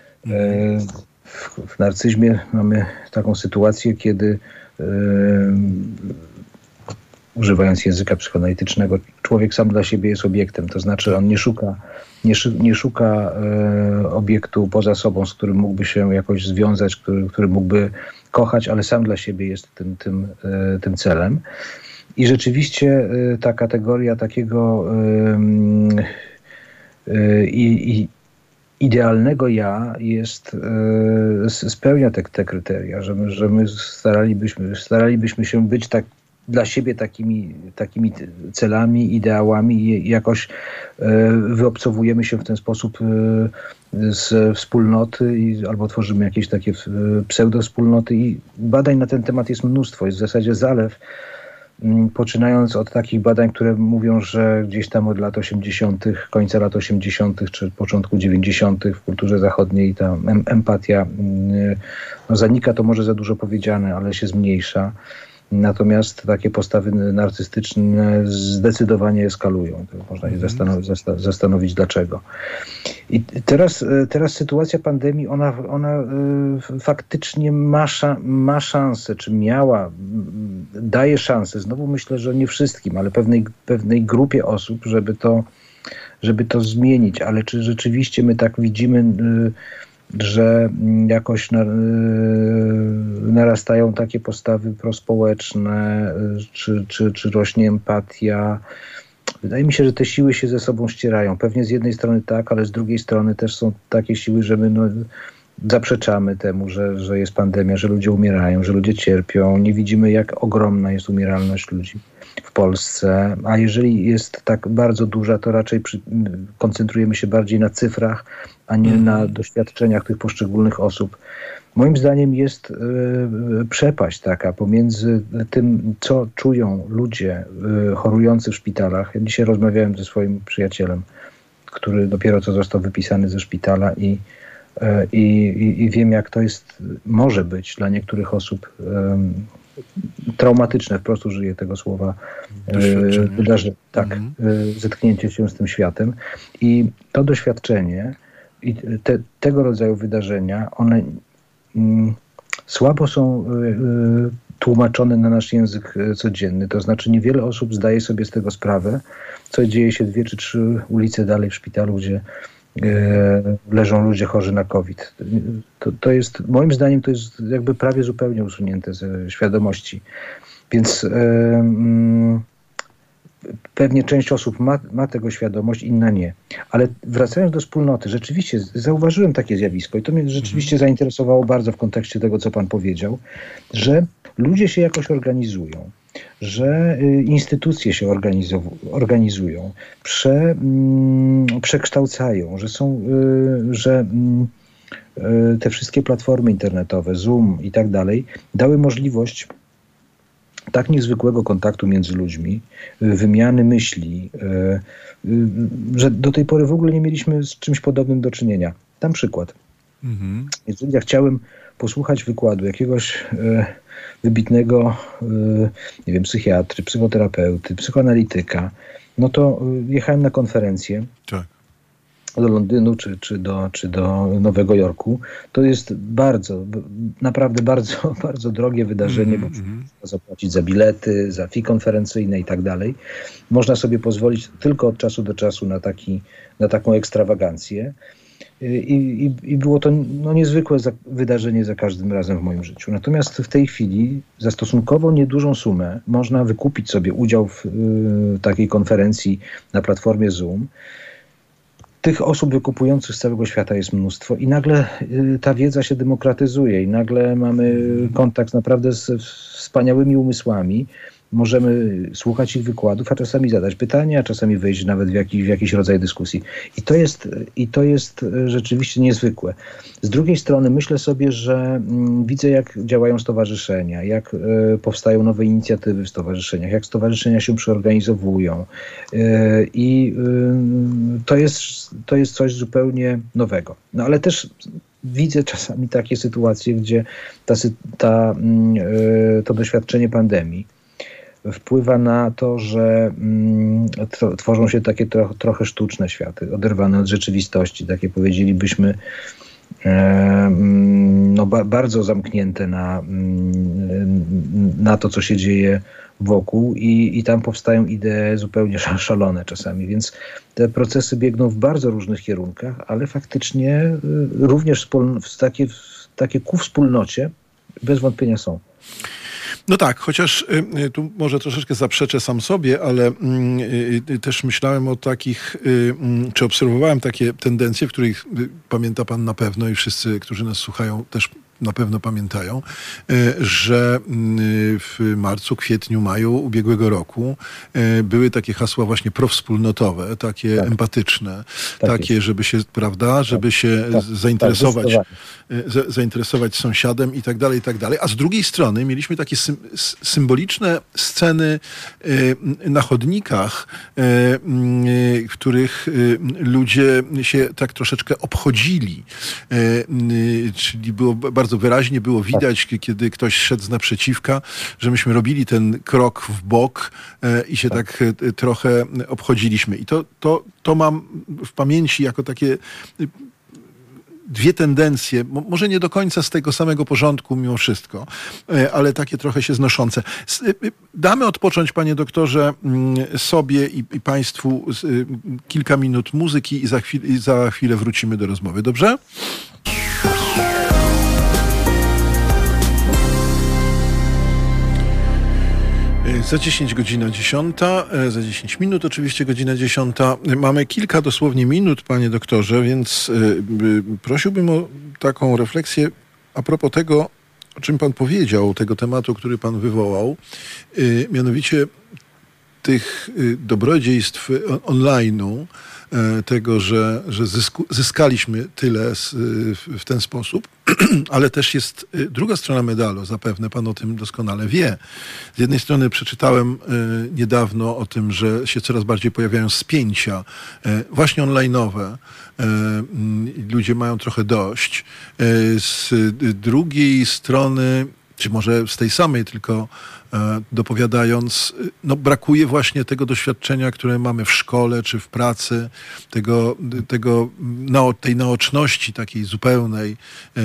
W narcyzmie mamy taką sytuację, kiedy używając języka psychoanalitycznego, człowiek sam dla siebie jest obiektem, to znaczy on nie szuka obiektu poza sobą, z którym mógłby się jakoś związać, który mógłby kochać, ale sam dla siebie jest tym celem. I rzeczywiście ta kategoria takiego idealnego ja spełnia te kryteria, że my staralibyśmy się być dla siebie takimi celami, ideałami i jakoś wyobcowujemy się w ten sposób z wspólnoty albo tworzymy jakieś takie pseudowspólnoty i badań na ten temat jest mnóstwo, jest w zasadzie zalew. Poczynając od takich badań, które mówią, że gdzieś tam od lat 80., końca lat 80. czy początku 90. w kulturze zachodniej ta empatia zanika, to może za dużo powiedziane, ale się zmniejsza. Natomiast takie postawy narcystyczne zdecydowanie eskalują. To można się zastanowić dlaczego. I teraz sytuacja pandemii, ona faktycznie ma szansę, czy daje szansę. Znowu myślę, że nie wszystkim, ale pewnej grupie osób, żeby to zmienić. Ale czy rzeczywiście my tak widzimy że jakoś narastają takie postawy prospołeczne, czy rośnie empatia. Wydaje mi się, że te siły się ze sobą ścierają. Pewnie z jednej strony tak, ale z drugiej strony też są takie siły, że my zaprzeczamy temu, że jest pandemia, że ludzie umierają, że ludzie cierpią. Nie widzimy, jak ogromna jest umieralność ludzi w Polsce. A jeżeli jest tak bardzo duża, to raczej koncentrujemy się bardziej na cyfrach, a nie na doświadczeniach tych poszczególnych osób. Moim zdaniem jest przepaść taka pomiędzy tym, co czują ludzie chorujący w szpitalach. Ja dzisiaj rozmawiałem ze swoim przyjacielem, który dopiero co został wypisany ze szpitala i wiem, jak to jest, może być dla niektórych osób traumatyczne, wprost użyję tego słowa, wydarzenie, tak, zetknięcie się z tym światem. I to doświadczenie i tego rodzaju wydarzenia, one słabo są tłumaczone na nasz język codzienny. To znaczy niewiele osób zdaje sobie z tego sprawę, co dzieje się 2 czy 3 ulice dalej w szpitalu, gdzie leżą ludzie chorzy na COVID. To jest, moim zdaniem, to jest jakby prawie zupełnie usunięte ze świadomości. Więc pewnie część osób ma tego świadomość, inna nie. Ale wracając do wspólnoty, rzeczywiście zauważyłem takie zjawisko i to mnie rzeczywiście zainteresowało bardzo w kontekście tego, co pan powiedział, że ludzie się jakoś organizują, że instytucje się organizują, przekształcają, że te wszystkie platformy internetowe, Zoom i tak dalej, dały możliwość tak niezwykłego kontaktu między ludźmi, wymiany myśli, że do tej pory w ogóle nie mieliśmy z czymś podobnym do czynienia. Dam przykład. Jeżeli ja chciałem posłuchać wykładu jakiegoś wybitnego, nie wiem, psychiatry, psychoterapeuty, psychoanalityka, no to jechałem na konferencję. Tak. Do Londynu czy do Nowego Jorku. To jest naprawdę bardzo, bardzo drogie wydarzenie, bo trzeba zapłacić za bilety, za fee konferencyjne i tak dalej. Można sobie pozwolić tylko od czasu do czasu na taką ekstrawagancję. I było to niezwykłe wydarzenie za każdym razem w moim życiu. Natomiast w tej chwili za stosunkowo niedużą sumę można wykupić sobie udział w takiej konferencji na platformie Zoom. Tych osób wykupujących z całego świata jest mnóstwo i nagle ta wiedza się demokratyzuje i nagle mamy kontakt naprawdę z wspaniałymi umysłami. Możemy słuchać ich wykładów, a czasami zadać pytania, a czasami wejść nawet w jakiś rodzaj dyskusji. I to jest rzeczywiście niezwykłe. Z drugiej strony myślę sobie, że widzę, jak działają stowarzyszenia, jak powstają nowe inicjatywy w stowarzyszeniach, jak stowarzyszenia się przeorganizowują. I to jest coś zupełnie nowego. No ale też widzę czasami takie sytuacje, gdzie to doświadczenie pandemii wpływa na to, że tworzą się takie trochę sztuczne światy, oderwane od rzeczywistości, takie powiedzielibyśmy bardzo zamknięte na to, co się dzieje wokół i tam powstają idee zupełnie szalone czasami, więc te procesy biegną w bardzo różnych kierunkach, ale faktycznie również takie ku wspólnocie bez wątpienia są. No tak, chociaż tu może troszeczkę zaprzeczę sam sobie, ale też myślałem o takich, czy obserwowałem takie tendencje, w których pamięta pan na pewno i wszyscy, którzy nas słuchają, też na pewno pamiętają, że w marcu, kwietniu, maju ubiegłego roku były takie hasła właśnie prowspólnotowe, takie empatyczne, takie, żeby się, prawda, żeby się zainteresować sąsiadem i tak dalej, a z drugiej strony mieliśmy takie symboliczne sceny na chodnikach, w których ludzie się tak troszeczkę obchodzili, czyli bardzo wyraźnie było widać, kiedy ktoś szedł z naprzeciwka, że myśmy robili ten krok w bok i się tak trochę obchodziliśmy. I to mam w pamięci jako takie dwie tendencje, może nie do końca z tego samego porządku mimo wszystko, ale takie trochę się znoszące. Damy odpocząć, panie doktorze, sobie i państwu kilka minut muzyki i za chwilę wrócimy do rozmowy. Dobrze? Za 10 godzina 10, za 10 minut oczywiście godzina 10. Mamy kilka dosłownie minut, panie doktorze, więc prosiłbym o taką refleksję a propos tego, o czym pan powiedział, tego tematu, który pan wywołał, mianowicie tych dobrodziejstw online'u, tego, że zyskaliśmy tyle w ten sposób, ale też jest druga strona medalu, zapewne pan o tym doskonale wie. Z jednej strony przeczytałem niedawno o tym, że się coraz bardziej pojawiają spięcia właśnie online'owe. Ludzie mają trochę dość. Z drugiej strony, czy może z tej samej, tylko dopowiadając, no brakuje właśnie tego doświadczenia, które mamy w szkole czy w pracy, tej naoczności takiej zupełnej,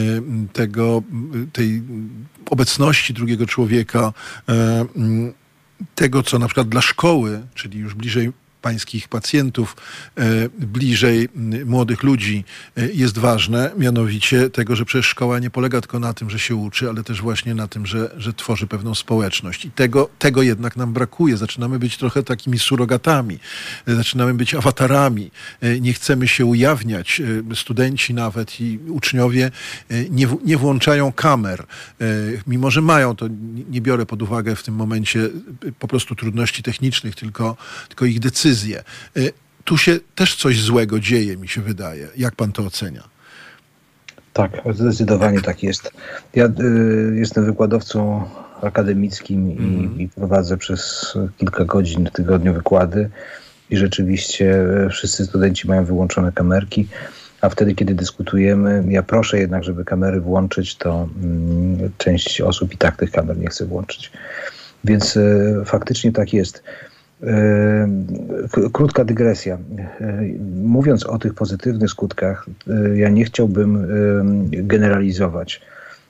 tej obecności drugiego człowieka, tego, co na przykład dla szkoły, czyli już bliżej pańskich pacjentów, bliżej młodych ludzi jest ważne, mianowicie tego, że przecież szkoła nie polega tylko na tym, że się uczy, ale też właśnie na tym, że tworzy pewną społeczność. I tego jednak nam brakuje. Zaczynamy być trochę takimi surogatami, zaczynamy być awatarami. Nie chcemy się ujawniać. Studenci nawet i uczniowie nie włączają kamer. Mimo że mają, to nie biorę pod uwagę w tym momencie po prostu trudności technicznych, tylko ich decyzje. Tu się też coś złego dzieje, mi się wydaje. Jak pan to ocenia? Tak, zdecydowanie tak jest. Ja jestem wykładowcą akademickim i prowadzę przez kilka godzin w tygodniu wykłady i rzeczywiście wszyscy studenci mają wyłączone kamerki, a wtedy, kiedy dyskutujemy, ja proszę jednak, żeby kamery włączyć, to część osób i tak tych kamer nie chce włączyć. Więc faktycznie tak jest. Krótka dygresja. Mówiąc o tych pozytywnych skutkach, ja nie chciałbym generalizować.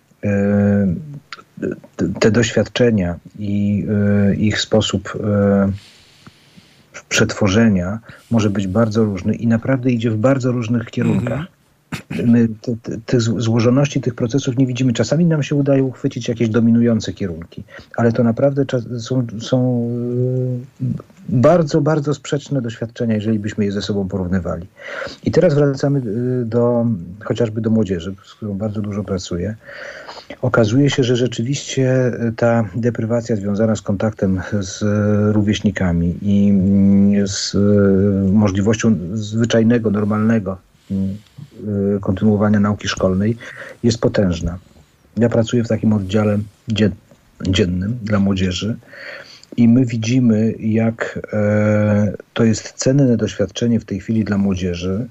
Te doświadczenia i ich sposób przetworzenia może być bardzo różny i naprawdę idzie w bardzo różnych kierunkach. My tych złożoności tych procesów nie widzimy. Czasami nam się udaje uchwycić jakieś dominujące kierunki, ale to naprawdę są bardzo, bardzo sprzeczne doświadczenia, jeżeli byśmy je ze sobą porównywali. I teraz wracamy chociażby do młodzieży, z którą bardzo dużo pracuję. Okazuje się, że rzeczywiście ta deprywacja związana z kontaktem z rówieśnikami i z możliwością zwyczajnego, normalnego kontynuowania nauki szkolnej jest potężna. Ja pracuję w takim oddziale dziennym dla młodzieży i my widzimy, jak to jest cenne doświadczenie w tej chwili dla młodzieży,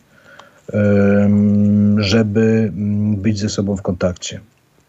żeby być ze sobą w kontakcie.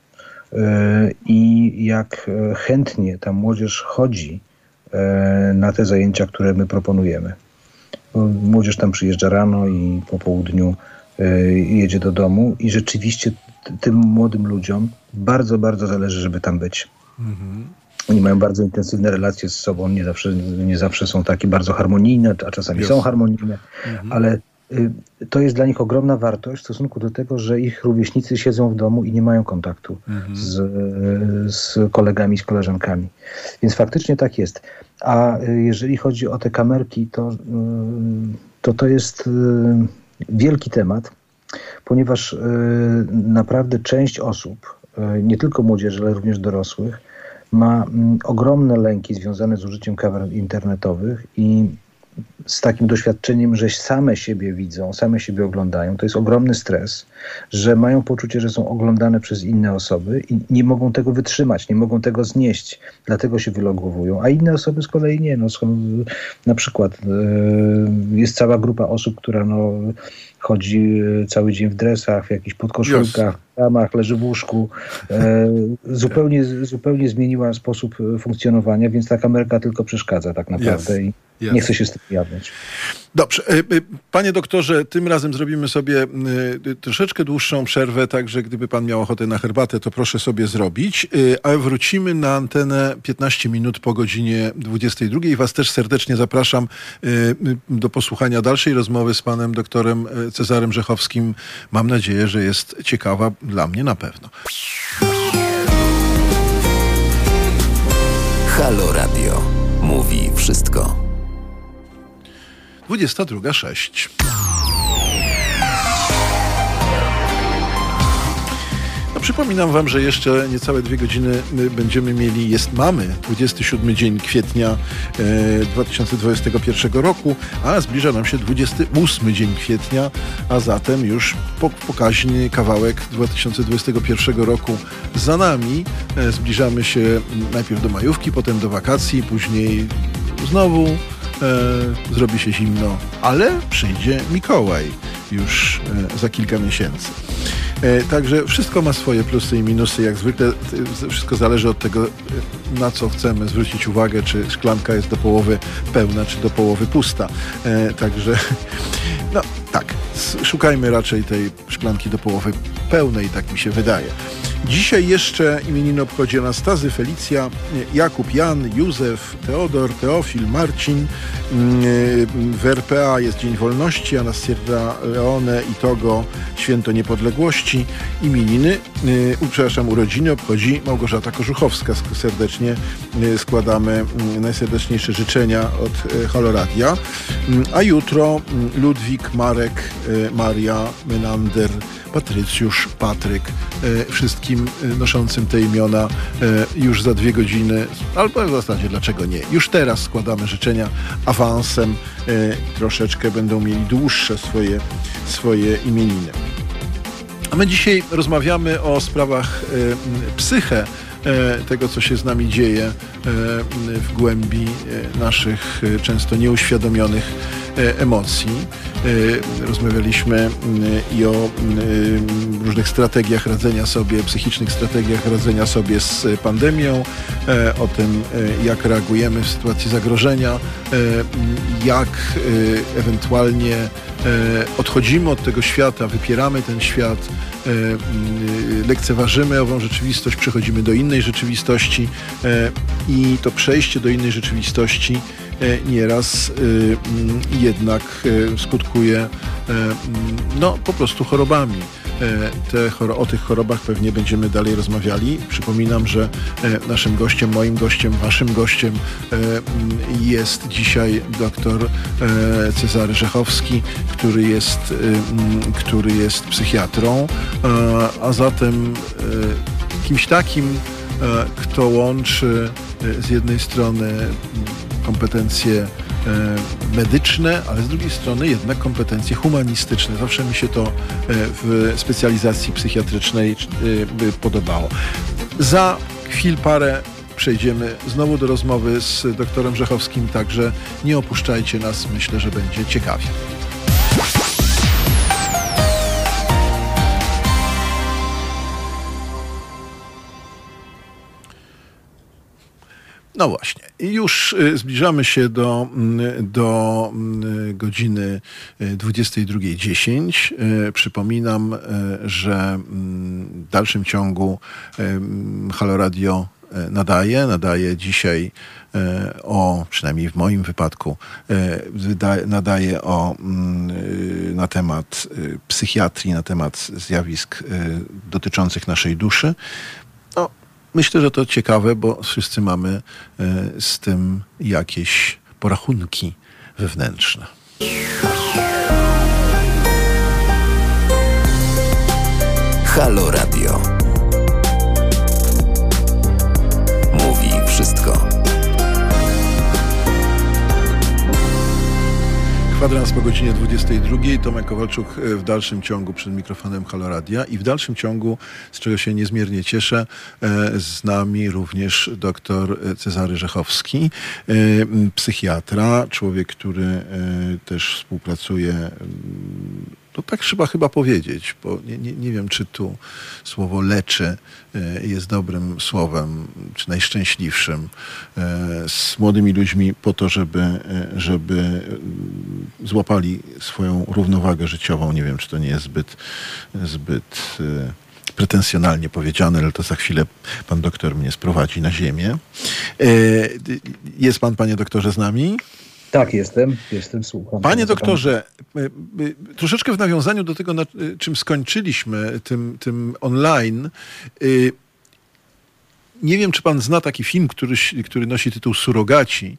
I jak chętnie ta młodzież chodzi na te zajęcia, które my proponujemy. Młodzież tam przyjeżdża rano i po południu jedzie do domu i rzeczywiście tym młodym ludziom bardzo, bardzo zależy, żeby tam być. Oni mają bardzo intensywne relacje z sobą, nie zawsze są takie bardzo harmonijne, a czasami są harmonijne, ale to jest dla nich ogromna wartość w stosunku do tego, że ich rówieśnicy siedzą w domu i nie mają kontaktu z kolegami, z koleżankami. Więc faktycznie tak jest. A jeżeli chodzi o te kamerki, to jest wielki temat, ponieważ naprawdę część osób, nie tylko młodzieży, ale również dorosłych, ma ogromne lęki związane z użyciem kamer internetowych i z takim doświadczeniem, że same siebie widzą, same siebie oglądają. To jest ogromny stres, że mają poczucie, że są oglądane przez inne osoby i nie mogą tego wytrzymać, nie mogą tego znieść. Dlatego się wylogowują. A inne osoby z kolei nie. Na przykład jest cała grupa osób, która chodzi cały dzień w dresach, w jakichś podkoszulkach, w ramach, leży w łóżku. Zupełnie zmieniła sposób funkcjonowania, więc ta kamerka tylko przeszkadza tak naprawdę i nie chce się z tym ujawniać. Dobrze. Panie doktorze, tym razem zrobimy sobie troszeczkę dłuższą przerwę, także gdyby pan miał ochotę na herbatę, to proszę sobie zrobić. A wrócimy na antenę 15 minut po godzinie 22. Was też serdecznie zapraszam do posłuchania dalszej rozmowy z panem doktorem Cezarym Rzechowskim. Mam nadzieję, że jest ciekawa, dla mnie na pewno. Halo Radio. Mówi wszystko. 22:06. Przypominam wam, że jeszcze niecałe 2 godziny będziemy mieli, mamy 27 dzień kwietnia 2021 roku, a zbliża nam się 28 dzień kwietnia, a zatem już pokaźny kawałek 2021 roku za nami. Zbliżamy się najpierw do majówki, potem do wakacji, później znowu zrobi się zimno, ale przyjdzie Mikołaj już za kilka miesięcy. Także wszystko ma swoje plusy i minusy. Jak zwykle wszystko zależy od tego, na co chcemy zwrócić uwagę, czy szklanka jest do połowy pełna, czy do połowy pusta. Także no tak, szukajmy raczej tej szklanki do połowy pełnej, tak mi się wydaje. Dzisiaj jeszcze imieniny obchodzi Anastazy, Felicja, Jakub, Jan, Józef, Teodor, Teofil, Marcin. W RPA jest Dzień Wolności, a na Sierra Leone i Togo Święto Niepodległości. Urodziny obchodzi Małgorzata Korzuchowska. Serdecznie składamy najserdeczniejsze życzenia od Halo Radia. A jutro Ludwik, Marek, Maria, Menander, Patrycjusz, Patryk, wszystkim noszącym te imiona już za 2 godziny, albo w zasadzie dlaczego nie. Już teraz składamy życzenia awansem, troszeczkę będą mieli dłuższe swoje imieniny. A my dzisiaj rozmawiamy o sprawach psyche, tego, co się z nami dzieje w głębi naszych często nieuświadomionych emocji. Rozmawialiśmy i o różnych strategiach radzenia sobie, psychicznych strategiach radzenia sobie z pandemią, o tym, jak reagujemy w sytuacji zagrożenia, jak ewentualnie odchodzimy od tego świata, wypieramy ten świat, lekceważymy ową rzeczywistość, przechodzimy do innej rzeczywistości i to przejście do innej rzeczywistości nieraz jednak skutkuje po prostu chorobami. O tych chorobach pewnie będziemy dalej rozmawiali. Przypominam, że naszym gościem, moim gościem, waszym gościem jest dzisiaj dr Cezary Rzechowski, który jest psychiatrą, a zatem kimś takim, kto łączy z jednej strony kompetencje medyczne, ale z drugiej strony jednak kompetencje humanistyczne. Zawsze mi się to w specjalizacji psychiatrycznej podobało. Za chwil parę przejdziemy znowu do rozmowy z doktorem Rzechowskim, także nie opuszczajcie nas, myślę, że będzie ciekawie. No właśnie, już zbliżamy się do godziny 22:10. Przypominam, że w dalszym ciągu Halo Radio nadaje dzisiaj przynajmniej w moim wypadku, nadaje na temat psychiatrii, na temat zjawisk dotyczących naszej duszy. Myślę, że to ciekawe, bo wszyscy mamy z tym jakieś porachunki wewnętrzne. Halo Radio. Mówi wszystko. Kwadrans po godzinie 22:00. Tomek Kowalczuk w dalszym ciągu przed mikrofonem Halo Radia i w dalszym ciągu, z czego się niezmiernie cieszę, z nami również dr Cezary Rzechowski, psychiatra, człowiek, który też współpracuje, to tak trzeba chyba powiedzieć, bo nie wiem, czy tu słowo leczy jest dobrym słowem, czy najszczęśliwszym, z młodymi ludźmi po to, żeby złapali swoją równowagę życiową. Nie wiem, czy to nie jest zbyt pretensjonalnie powiedziane, ale to za chwilę pan doktor mnie sprowadzi na ziemię. Jest pan, panie doktorze, z nami? Tak, jestem, słucham. Panie doktorze, troszeczkę w nawiązaniu do tego, na czym skończyliśmy, tym online, Nie wiem, czy pan zna taki film, który nosi tytuł Surogaci.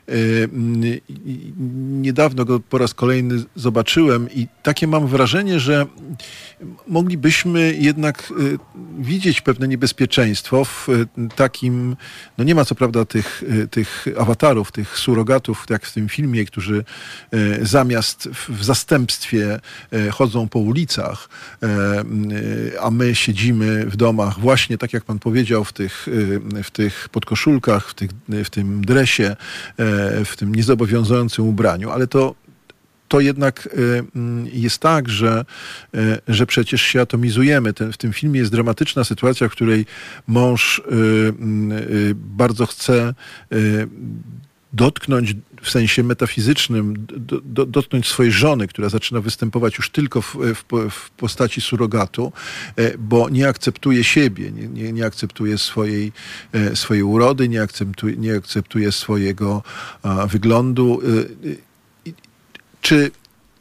Niedawno go po raz kolejny zobaczyłem i takie mam wrażenie, że moglibyśmy jednak widzieć pewne niebezpieczeństwo w takim, no nie ma co prawda tych awatarów, tych surogatów, jak w tym filmie, którzy zamiast w zastępstwie chodzą po ulicach, a my siedzimy w domach właśnie, tak jak pan powiedział, w tych podkoszulkach, w tym dresie, w tym niezobowiązującym ubraniu, ale to jednak jest tak, że przecież się atomizujemy. W tym filmie jest dramatyczna sytuacja, w której mąż bardzo chce dotknąć w sensie metafizycznym, dotknąć swojej żony, która zaczyna występować już tylko w postaci surogatu, bo nie akceptuje siebie, nie akceptuje swojej urody, nie akceptuje swojego wyglądu. Czy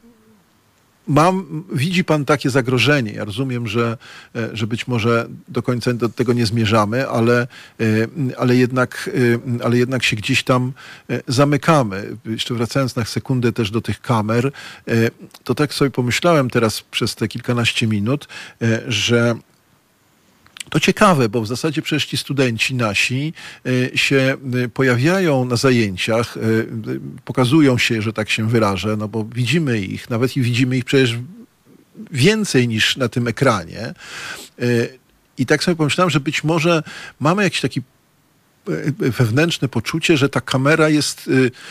widzi pan takie zagrożenie? Ja rozumiem, że być może do końca do tego nie zmierzamy, ale jednak się gdzieś tam zamykamy. Jeszcze wracając na sekundę też do tych kamer, to tak sobie pomyślałem teraz przez te kilkanaście minut, że to ciekawe, bo w zasadzie przecież ci studenci nasi się pojawiają na zajęciach, pokazują się, że tak się wyrażę, no bo widzimy ich, nawet i widzimy ich przecież więcej niż na tym ekranie. I tak sobie pomyślałem, że być może mamy jakiś taki wewnętrzne poczucie, że ta kamera jest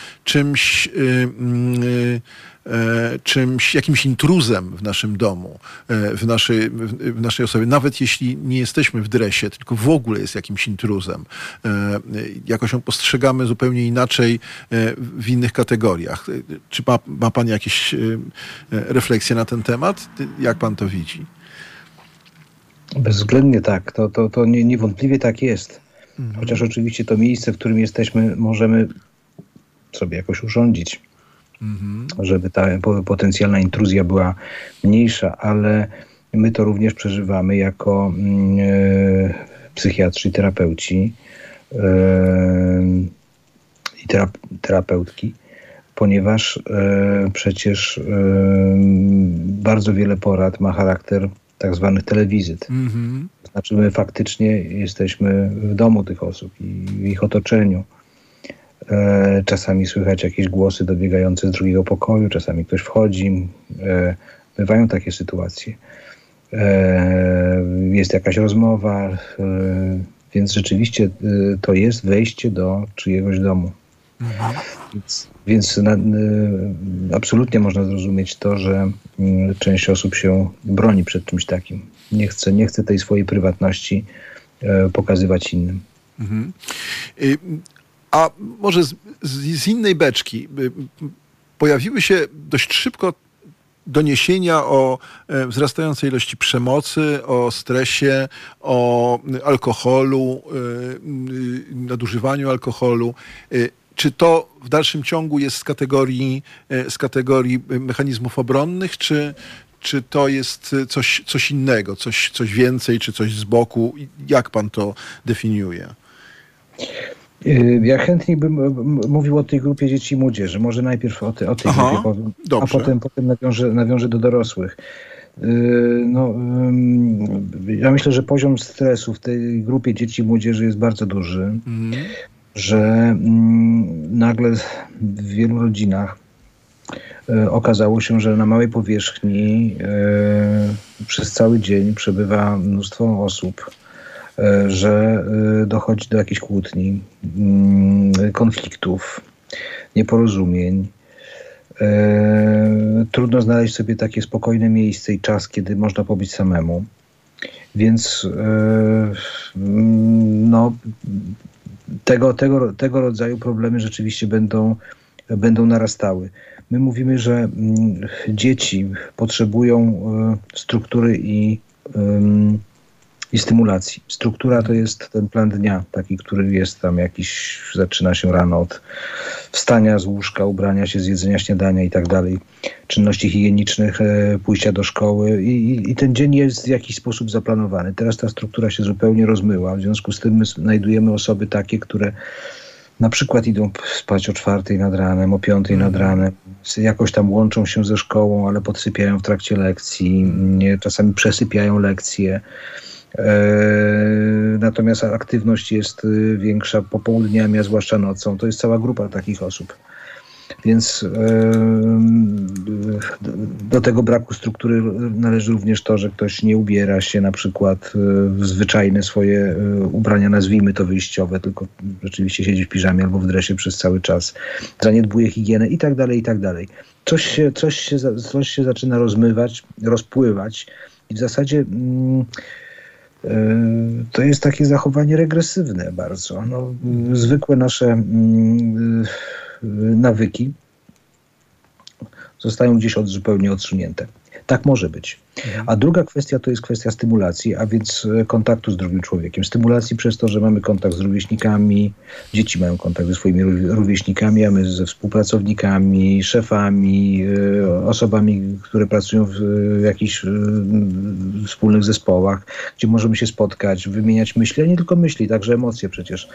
jakimś intruzem w naszym domu, w naszej osobie. Nawet jeśli nie jesteśmy w dresie, tylko w ogóle jest jakimś intruzem. Jakoś ją postrzegamy zupełnie inaczej w innych kategoriach. Czy ma pan jakieś refleksje na ten temat? Jak pan to widzi? Bezwzględnie tak. To niewątpliwie tak jest. Chociaż oczywiście to miejsce, w którym jesteśmy, możemy sobie jakoś urządzić, żeby ta potencjalna intruzja była mniejsza, ale my to również przeżywamy jako psychiatrzy, terapeuci i terapeutki, ponieważ przecież bardzo wiele porad ma charakter tak zwanych telewizyt. Znaczy my faktycznie jesteśmy w domu tych osób i w ich otoczeniu. Czasami słychać jakieś głosy dobiegające z drugiego pokoju, czasami ktoś wchodzi. Bywają takie sytuacje. Jest jakaś rozmowa, więc rzeczywiście to jest wejście do czyjegoś domu. Więc absolutnie można zrozumieć to, że część osób się broni przed czymś takim. Nie chce tej swojej prywatności pokazywać innym. A może z innej beczki pojawiły się dość szybko doniesienia o wzrastającej ilości przemocy, o stresie, o alkoholu, nadużywaniu alkoholu. Czy to w dalszym ciągu jest z kategorii mechanizmów obronnych, czy to jest coś innego, coś więcej, czy coś z boku? Jak pan to definiuje? Ja chętnie bym mówił o tej grupie dzieci i młodzieży. Może najpierw o tej grupie powiem, dobrze. A potem nawiążę do dorosłych. Ja myślę, że poziom stresu w tej grupie dzieci i młodzieży jest bardzo duży. Że nagle w wielu rodzinach okazało się, że na małej powierzchni przez cały dzień przebywa mnóstwo osób, że dochodzi do jakichś kłótni, konfliktów, nieporozumień. Trudno znaleźć sobie takie spokojne miejsce i czas, kiedy można pobyć samemu. Więc tego rodzaju problemy rzeczywiście będą narastały. My mówimy, że dzieci potrzebują struktury i i stymulacji. Struktura to jest ten plan dnia, taki, który jest tam jakiś, zaczyna się rano od wstania z łóżka, ubrania się, zjedzenia śniadania i tak dalej, czynności higienicznych, pójścia do szkoły i ten dzień jest w jakiś sposób zaplanowany. Teraz ta struktura się zupełnie rozmyła, w związku z tym my znajdujemy osoby takie, które na przykład idą spać o 4 nad ranem, o 5 nad ranem, jakoś tam łączą się ze szkołą, ale podsypiają w trakcie lekcji, czasami przesypiają lekcje. Natomiast aktywność jest większa popołudniami, a zwłaszcza nocą. To jest cała grupa takich osób. Więc do tego braku struktury należy również to, że ktoś nie ubiera się na przykład w zwyczajne swoje ubrania, nazwijmy to wyjściowe, tylko rzeczywiście siedzi w piżamie albo w dresie przez cały czas. Zaniedbuje higienę i tak dalej, i tak dalej. Coś się zaczyna rozmywać, rozpływać i w zasadzie to jest takie zachowanie regresywne bardzo. Zwykłe nasze nawyki zostają gdzieś zupełnie odsunięte. Tak może być. A druga kwestia to jest kwestia stymulacji, a więc kontaktu z drugim człowiekiem. Stymulacji przez to, że mamy kontakt z rówieśnikami, dzieci mają kontakt ze swoimi rówieśnikami, a my ze współpracownikami, szefami, osobami, które pracują w jakichś wspólnych zespołach, gdzie możemy się spotkać, wymieniać myśli, a nie tylko myśli, także emocje przecież.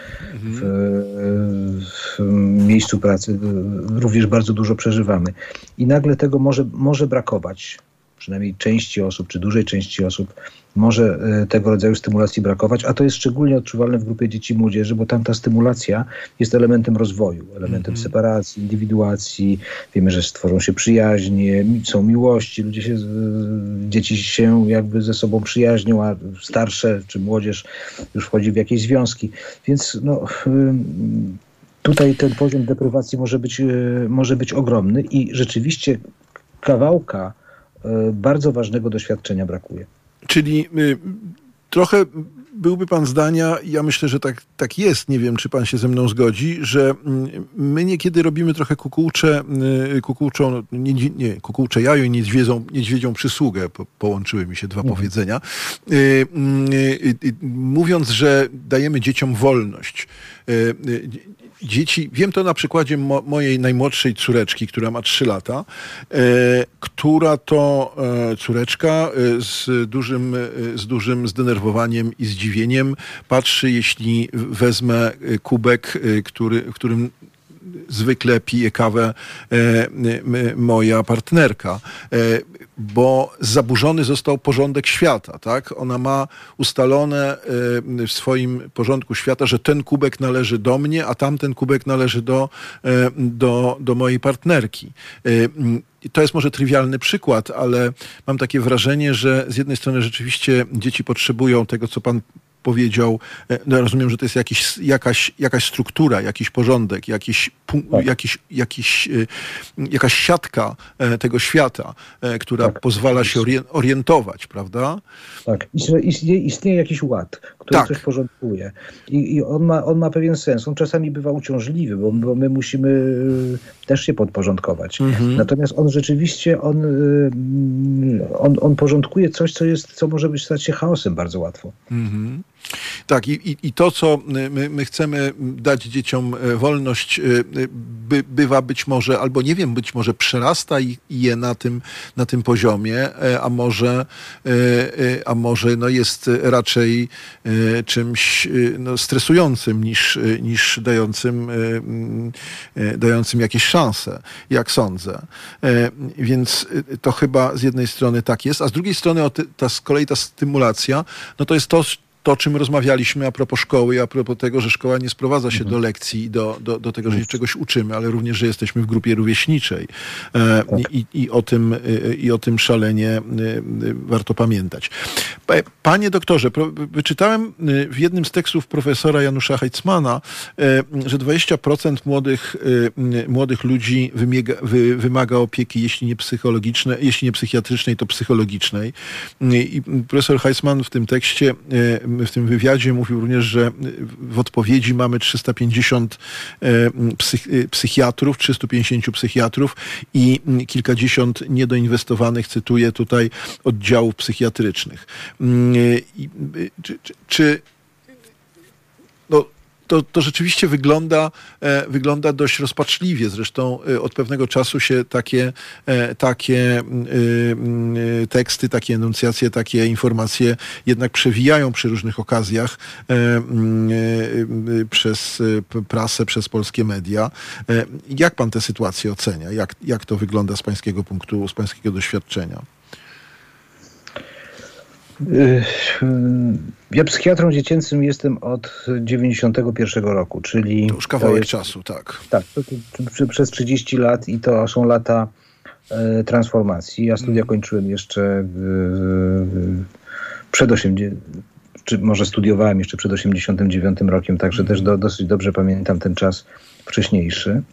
W miejscu pracy również bardzo dużo przeżywamy. I nagle tego może brakować. Przynajmniej części osób, czy dużej części osób może tego rodzaju stymulacji brakować, a to jest szczególnie odczuwalne w grupie dzieci i młodzieży, bo tam ta stymulacja jest elementem rozwoju, elementem separacji, indywiduacji. Wiemy, że stworzą się przyjaźnie, są miłości, dzieci się jakby ze sobą przyjaźnią, a starsze czy młodzież już wchodzi w jakieś związki. Więc tutaj ten poziom deprywacji może być ogromny i rzeczywiście kawałka bardzo ważnego doświadczenia brakuje. Czyli trochę byłby pan zdania, ja myślę, że tak jest, nie wiem, czy pan się ze mną zgodzi, że my niekiedy robimy trochę kukułcze jajo i niedźwiedzią przysługę, połączyły mi się dwa powiedzenia, mówiąc, że dajemy dzieciom wolność. Dzieci, wiem to na przykładzie mojej najmłodszej córeczki, która ma 3 lata, która to córeczka z dużym zdenerwowaniem i zdziwieniem patrzy, jeśli wezmę kubek, w którym zwykle pije kawę moja partnerka, bo zaburzony został porządek świata, tak? Ona ma ustalone w swoim porządku świata, że ten kubek należy do mnie, a tamten kubek należy do mojej partnerki. To jest może trywialny przykład, ale mam takie wrażenie, że z jednej strony rzeczywiście dzieci potrzebują tego, co pan powiedział, no ja rozumiem, że to jest jakaś struktura, jakiś porządek, jakaś siatka tego świata, która pozwala się orientować, prawda? Tak. Istnieje jakiś ład, który coś porządkuje. I on ma pewien sens. On czasami bywa uciążliwy, bo my musimy też się podporządkować. Natomiast on rzeczywiście, on porządkuje coś, co może stać się chaosem bardzo łatwo. Tak, i to, co my chcemy dać dzieciom wolność, bywa być może, albo nie wiem, być może przerasta je na tym poziomie, a może no jest raczej czymś stresującym niż dającym jakieś szanse, jak sądzę. Więc to chyba z jednej strony tak jest, a z drugiej strony z kolei ta stymulacja, no to jest to, o czym rozmawialiśmy a propos szkoły, a propos tego, że szkoła nie sprowadza się do lekcji i do tego, że się czegoś uczymy, ale również, że jesteśmy w grupie rówieśniczej. I o tym szalenie warto pamiętać. Panie doktorze, wyczytałem w jednym z tekstów profesora Janusza Heitzmana, że 20% młodych ludzi wymaga opieki, jeśli nie psychiatrycznej, to psychologicznej. I profesor Heitzman w tym tekście w tym wywiadzie mówił również, że w odpowiedzi mamy 350 psychiatrów, 350 psychiatrów i kilkadziesiąt niedoinwestowanych, cytuję tutaj, oddziałów psychiatrycznych. To rzeczywiście wygląda dość rozpaczliwie. Zresztą od pewnego czasu się takie teksty, takie enuncjacje, takie informacje jednak przewijają przy różnych okazjach przez prasę, przez polskie media. Jak pan tę sytuację ocenia? Jak to wygląda z pańskiego punktu, z pańskiego doświadczenia? Ja psychiatrą dziecięcym jestem od 91 roku, czyli... To już kawałek czasu, tak. Tak, przez 30 lat i to są lata transformacji. Ja studia kończyłem jeszcze przed 80, czy może studiowałem jeszcze przed 89 rokiem, także też dosyć dobrze pamiętam ten czas wcześniejszy.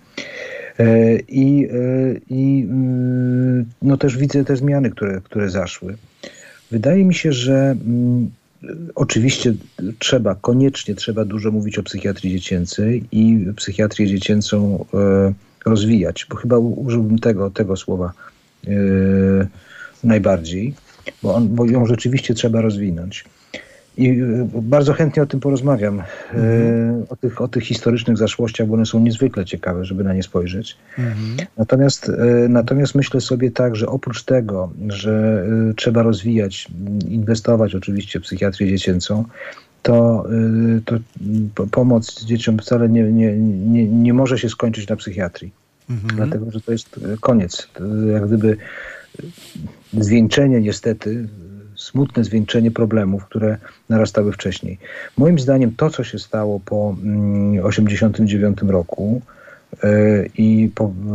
No też widzę te zmiany, które zaszły. Wydaje mi się, że oczywiście koniecznie trzeba dużo mówić o psychiatrii dziecięcej i psychiatrię dziecięcą rozwijać, bo chyba użyłbym tego słowa najbardziej, bo ją rzeczywiście trzeba rozwinąć. I bardzo chętnie o tym porozmawiam, o tych historycznych zaszłościach, bo one są niezwykle ciekawe, żeby na nie spojrzeć. Natomiast myślę sobie tak, że oprócz tego, że trzeba rozwijać, inwestować oczywiście w psychiatrię dziecięcą, to pomoc dzieciom wcale nie może się skończyć na psychiatrii. Dlatego, że to jest koniec. Jak gdyby zwieńczenie niestety, smutne zwieńczenie problemów, które narastały wcześniej. Moim zdaniem to, co się stało po 1989 roku i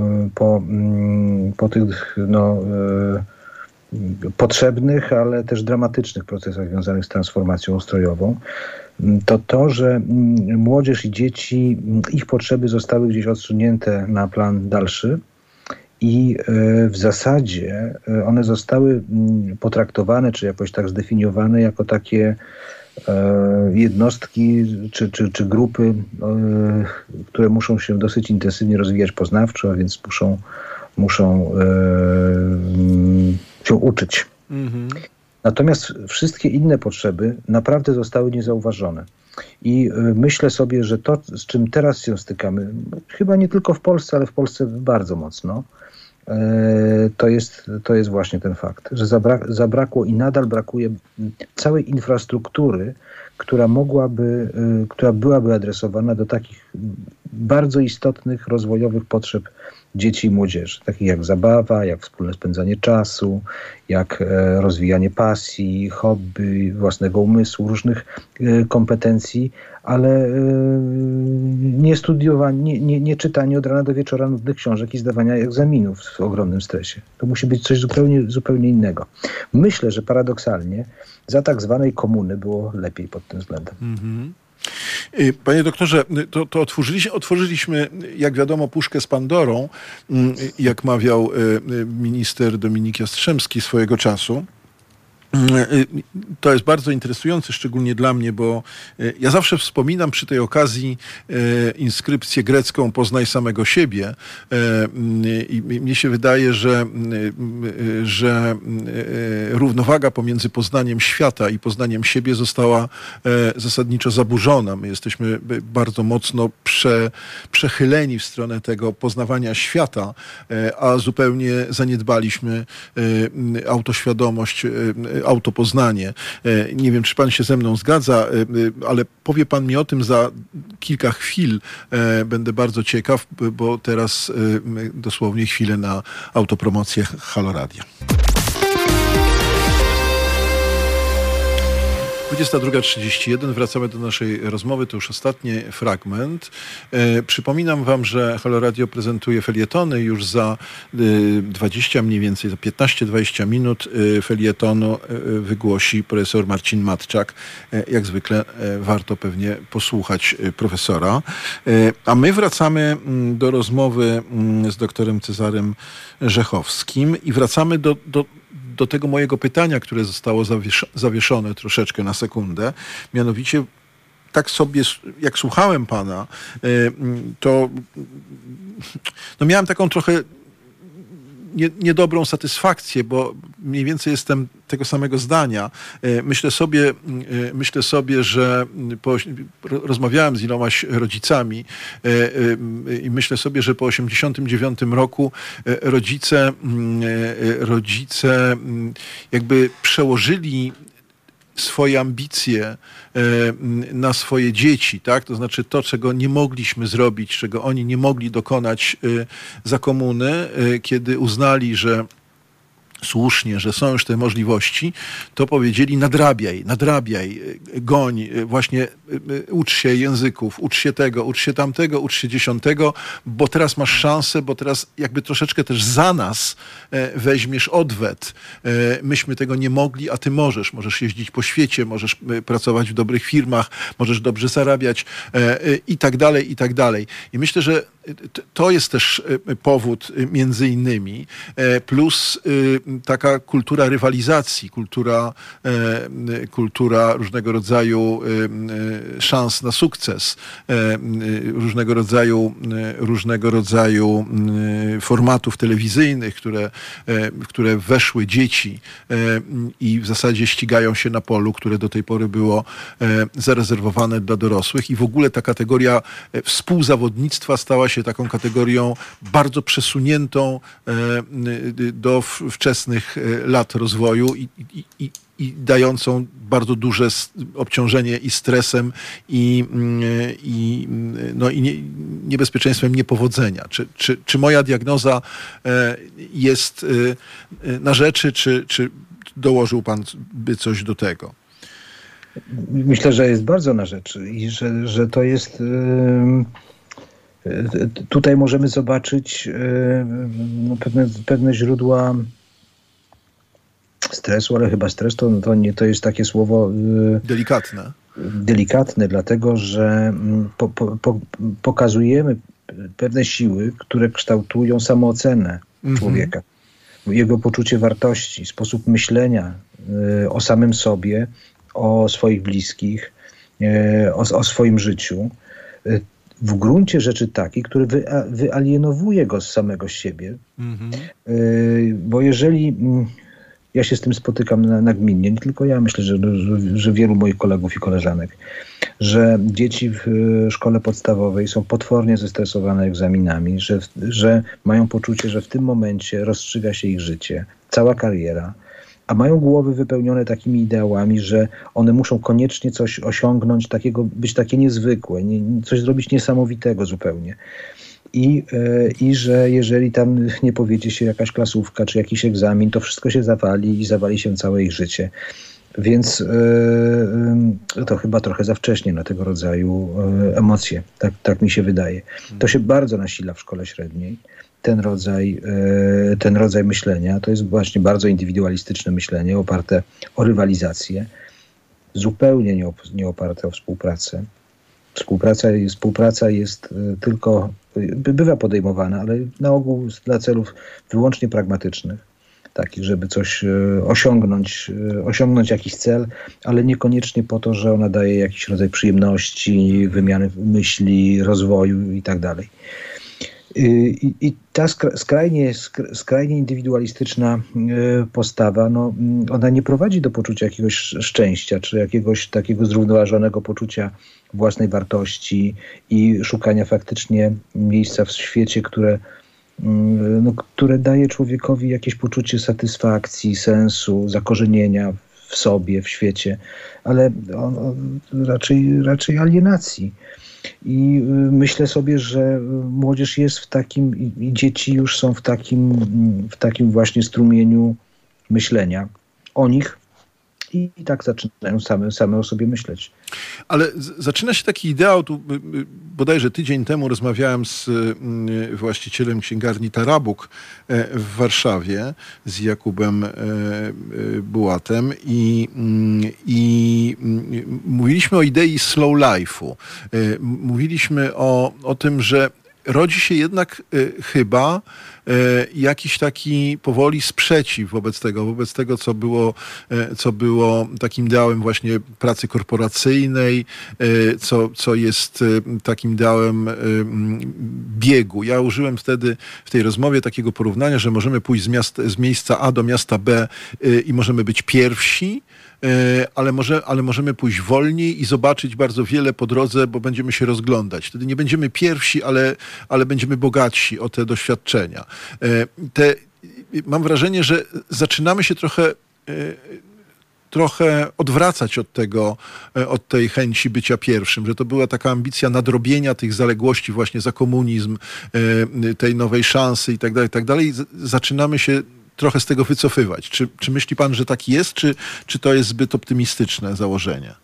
po tych potrzebnych, ale też dramatycznych procesach związanych z transformacją ustrojową, to, że młodzież i dzieci, ich potrzeby zostały gdzieś odsunięte na plan dalszy, i w zasadzie one zostały potraktowane, czy jakoś tak zdefiniowane jako takie jednostki czy grupy, które muszą się dosyć intensywnie rozwijać poznawczo, a więc muszą się uczyć. Natomiast wszystkie inne potrzeby naprawdę zostały niezauważone. I myślę sobie, że to, z czym teraz się stykamy, chyba nie tylko w Polsce, ale w Polsce bardzo mocno, to jest właśnie ten fakt, że zabrakło i nadal brakuje całej infrastruktury, która byłaby adresowana do takich bardzo istotnych rozwojowych potrzeb dzieci i młodzieży, takich jak zabawa, jak wspólne spędzanie czasu, jak rozwijanie pasji, hobby, własnego umysłu, różnych kompetencji, ale nie studiowanie, nie czytanie od rana do wieczora nudnych książek i zdawania egzaminów w ogromnym stresie. To musi być coś zupełnie innego. Myślę, że paradoksalnie za tak zwanej komuny było lepiej pod tym względem. Panie doktorze, to otworzyliśmy, jak wiadomo, puszkę z Pandorą, jak mawiał minister Dominik Jastrzębski swojego czasu. To jest bardzo interesujące, szczególnie dla mnie, bo ja zawsze wspominam przy tej okazji inskrypcję grecką "Poznaj samego siebie" i mnie się wydaje, że równowaga pomiędzy poznaniem świata i poznaniem siebie została zasadniczo zaburzona. My jesteśmy bardzo mocno przechyleni w stronę tego poznawania świata, a zupełnie zaniedbaliśmy autoświadomość, autopoznanie. Nie wiem, czy pan się ze mną zgadza, ale powie pan mi o tym za kilka chwil. Będę bardzo ciekaw, bo teraz dosłownie chwilę na autopromocję Halo Radia. 22:31. Wracamy do naszej rozmowy. To już ostatni fragment. Przypominam wam, że Halo Radio prezentuje felietony. Już za 20 mniej więcej, za 15-20 minut felietonu wygłosi profesor Marcin Matczak. Jak zwykle warto pewnie posłuchać profesora. A my wracamy do rozmowy z doktorem Cezarym Rzechowskim i wracamy do tego mojego pytania, które zostało zawieszone troszeczkę na sekundę. Mianowicie tak sobie, jak słuchałem pana, to no miałem taką trochę niedobrą satysfakcję, bo mniej więcej jestem tego samego zdania. Myślę sobie, że rozmawiałem z ilomaś rodzicami i myślę sobie, że po 1989 roku rodzice jakby przełożyli swoje ambicje na swoje dzieci, tak? To znaczy to, czego nie mogliśmy zrobić, czego oni nie mogli dokonać za komuny, kiedy uznali, że słusznie, że są już te możliwości, to powiedzieli nadrabiaj, goń, właśnie ucz się języków, ucz się tego, ucz się tamtego, ucz się dziesiątego, bo teraz masz szansę, bo teraz jakby troszeczkę też za nas weźmiesz odwet. Myśmy tego nie mogli, a ty możesz jeździć po świecie, możesz pracować w dobrych firmach, możesz dobrze zarabiać i tak dalej, i tak dalej. I myślę, że to jest też powód między innymi, plus taka kultura rywalizacji, kultura różnego rodzaju szans na sukces, różnego rodzaju formatów telewizyjnych, w które weszły dzieci i w zasadzie ścigają się na polu, które do tej pory było zarezerwowane dla dorosłych, i w ogóle ta kategoria współzawodnictwa stała się taką kategorią bardzo przesuniętą do wczesnych lat rozwoju i dającą bardzo duże obciążenie i stresem i niebezpieczeństwem niepowodzenia. Czy moja diagnoza jest na rzeczy, czy dołożył pan by coś do tego? Myślę, że jest bardzo na rzeczy i że to jest... Tutaj możemy zobaczyć pewne źródła stresu, ale chyba stres to jest takie słowo delikatne, dlatego że pokazujemy pewne siły, które kształtują samoocenę człowieka, jego poczucie wartości, sposób myślenia o samym sobie, o swoich bliskich, o swoim życiu. W gruncie rzeczy taki, który wyalienowuje go z samego siebie. Bo jeżeli... Ja się z tym spotykam nagminnie, nie tylko ja, myślę, że wielu moich kolegów i koleżanek, że dzieci w szkole podstawowej są potwornie zestresowane egzaminami, że mają poczucie, że w tym momencie rozstrzyga się ich życie, cała kariera, a mają głowy wypełnione takimi ideałami, że one muszą koniecznie coś osiągnąć, być takie niezwykłe, coś zrobić niesamowitego zupełnie. I że jeżeli tam nie powiedzie się jakaś klasówka czy jakiś egzamin, to wszystko się zawali i zawali się całe ich życie. Więc to chyba trochę za wcześnie na tego rodzaju emocje. Tak mi się wydaje. To się bardzo nasila w szkole średniej. Ten rodzaj myślenia to jest właśnie bardzo indywidualistyczne myślenie oparte o rywalizację, zupełnie nie oparte o współpracę. Współpraca jest tylko, bywa podejmowana, ale na ogół dla celów wyłącznie pragmatycznych, takich, żeby coś osiągnąć jakiś cel, ale niekoniecznie po to, że ona daje jakiś rodzaj przyjemności, wymiany myśli, rozwoju i tak dalej. I ta skrajnie indywidualistyczna postawa, ona nie prowadzi do poczucia jakiegoś szczęścia, czy jakiegoś takiego zrównoważonego poczucia własnej wartości i szukania faktycznie miejsca w świecie, które daje człowiekowi jakieś poczucie satysfakcji, sensu, zakorzenienia w sobie, w świecie, ale raczej alienacji. I myślę sobie, że młodzież jest w takim, i dzieci już są w takim właśnie strumieniu myślenia o nich i tak zaczynają same o sobie myśleć. Ale zaczyna się taki ideał, tu bodajże tydzień temu rozmawiałem z właścicielem księgarni Tarabuk w Warszawie, z Jakubem Bułatem i mówiliśmy o idei slow life'u. Mówiliśmy o tym, że rodzi się jednak chyba jakiś taki powoli sprzeciw wobec tego, co było takim ideałem właśnie pracy korporacyjnej, co jest takim ideałem biegu. Ja użyłem wtedy w tej rozmowie takiego porównania, że możemy pójść z miejsca A do miasta B i możemy być pierwsi, ale możemy pójść wolniej i zobaczyć bardzo wiele po drodze, bo będziemy się rozglądać. Wtedy nie będziemy pierwsi, ale będziemy bogatsi o te doświadczenia. Mam wrażenie, że zaczynamy się trochę odwracać od tej chęci bycia pierwszym, że to była taka ambicja nadrobienia tych zaległości właśnie za komunizm, tej nowej szansy i tak dalej. Zaczynamy się trochę z tego wycofywać. Czy myśli pan, że tak jest, czy to jest zbyt optymistyczne założenie?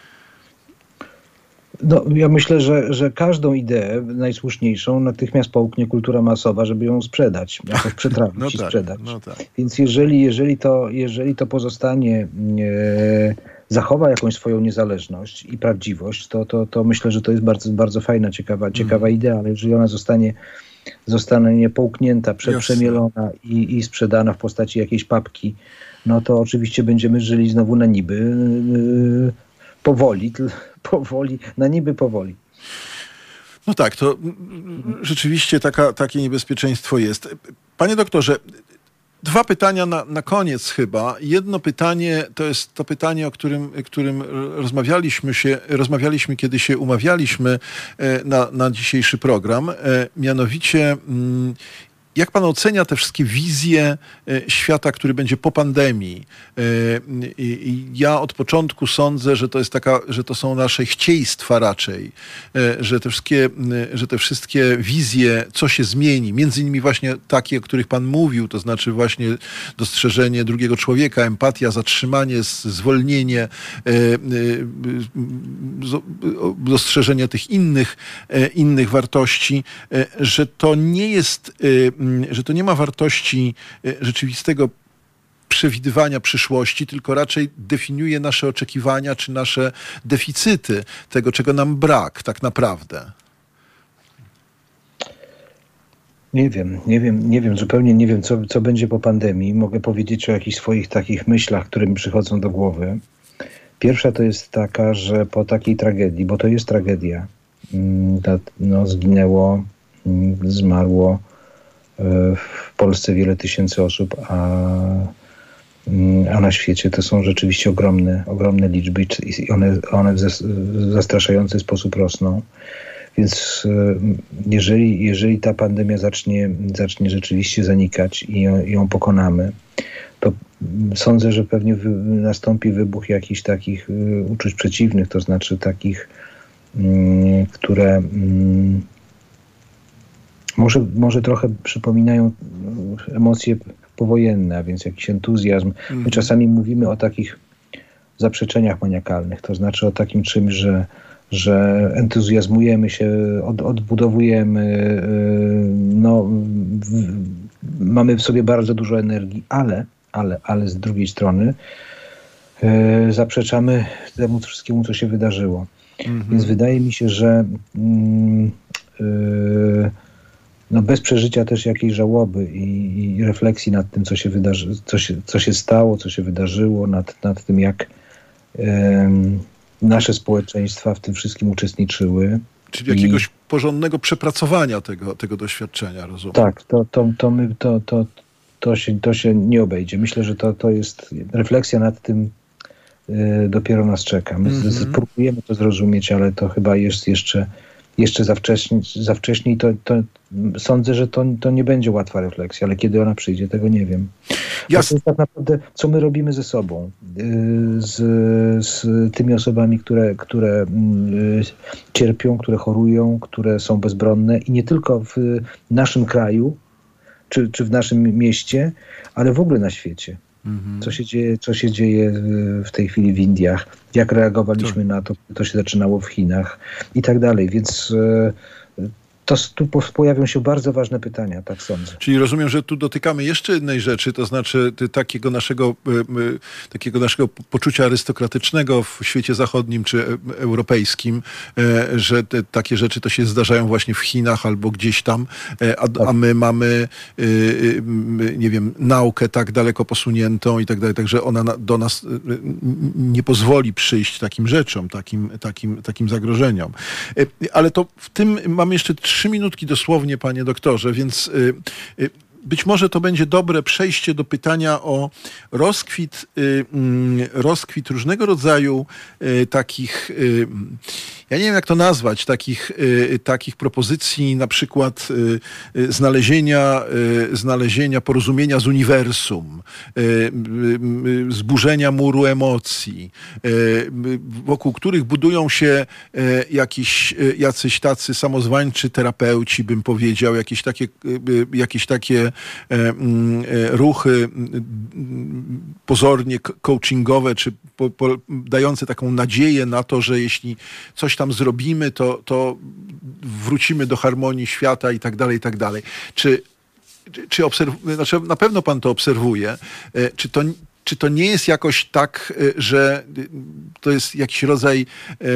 No, ja myślę, że każdą ideę najsłuszniejszą natychmiast połknie kultura masowa, żeby ją sprzedać, jakoś przetrawić i sprzedać. No tak. Więc jeżeli to pozostanie, zachowa jakąś swoją niezależność i prawdziwość, to myślę, że to jest bardzo, bardzo fajna, ciekawa idea, ale jeżeli ona zostanie połknięta, przemielona i sprzedana w postaci jakiejś papki, no to oczywiście będziemy żyli znowu na niby powoli, powoli. No tak, to rzeczywiście takie niebezpieczeństwo jest. Panie doktorze, 2 pytania na koniec chyba. Jedno pytanie to jest to pytanie, o którym rozmawialiśmy, kiedy się umawialiśmy na dzisiejszy program. Mianowicie, jak pan ocenia te wszystkie wizje świata, który będzie po pandemii? Ja od początku sądzę, że to są nasze chcieństwa raczej, że te wszystkie wizje, co się zmieni, między innymi właśnie takie, o których pan mówił, to znaczy właśnie dostrzeżenie drugiego człowieka, empatia, zatrzymanie, zwolnienie, dostrzeżenie tych innych wartości, że to nie jest, że to nie ma wartości rzeczywistego przewidywania przyszłości, tylko raczej definiuje nasze oczekiwania czy nasze deficyty, tego, czego nam brak tak naprawdę. Nie wiem, zupełnie nie wiem, co będzie po pandemii. Mogę powiedzieć o jakichś swoich takich myślach, które mi przychodzą do głowy. Pierwsza to jest taka, że po takiej tragedii, bo to jest tragedia, zmarło w Polsce wiele tysięcy osób, a na świecie to są rzeczywiście ogromne liczby i one w zastraszający sposób rosną. Więc jeżeli ta pandemia zacznie rzeczywiście zanikać i ją pokonamy, to sądzę, że pewnie nastąpi wybuch jakichś takich uczuć przeciwnych, to znaczy takich, które może trochę przypominają emocje powojenne, a więc jakiś entuzjazm. My czasami mówimy o takich zaprzeczeniach maniakalnych, to znaczy o takim czymś, że entuzjazmujemy się, odbudowujemy, mamy w sobie bardzo dużo energii, ale z drugiej strony zaprzeczamy temu wszystkiemu, co się wydarzyło. Więc wydaje mi się, że bez przeżycia też jakiejś żałoby i refleksji nad tym, co się co się stało, co się wydarzyło, nad tym, jak nasze społeczeństwa w tym wszystkim uczestniczyły. Czyli jakiegoś porządnego przepracowania tego doświadczenia, rozumiem. Tak, to się nie obejdzie. Myślę, że to jest refleksja nad tym, dopiero nas czeka. My próbujemy to zrozumieć, ale to chyba jest jeszcze za wcześnie i to sądzę, że to nie będzie łatwa refleksja, ale kiedy ona przyjdzie, tego nie wiem. To jest tak naprawdę, co my robimy ze sobą, z tymi osobami, które cierpią, które chorują, które są bezbronne i nie tylko w naszym kraju, czy w naszym mieście, ale w ogóle na świecie. Co się dzieje w tej chwili w Indiach, jak reagowaliśmy na to, to się zaczynało w Chinach i tak dalej. Więc Tu pojawią się bardzo ważne pytania, tak sądzę. Czyli rozumiem, że tu dotykamy jeszcze jednej rzeczy, to znaczy takiego naszego poczucia arystokratycznego w świecie zachodnim czy europejskim, że takie rzeczy to się zdarzają właśnie w Chinach albo gdzieś tam, a my mamy, nie wiem, naukę tak daleko posuniętą i tak dalej, także ona do nas nie pozwoli przyjść takim rzeczom, takim zagrożeniom. Ale to w tym mamy jeszcze 3 minutki dosłownie, panie doktorze, więc być może to będzie dobre przejście do pytania o rozkwit różnego rodzaju takich, ja nie wiem jak to nazwać, takich propozycji, na przykład znalezienia porozumienia z uniwersum, zburzenia muru emocji, wokół których budują się jacyś tacy samozwańczy terapeuci, bym powiedział, jakieś takie ruchy pozornie coachingowe, czy dające taką nadzieję na to, że jeśli coś tam zrobimy, to wrócimy do harmonii świata i tak dalej, i tak dalej. Znaczy na pewno pan to obserwuje. Czy to nie jest jakoś tak, że to jest jakiś rodzaj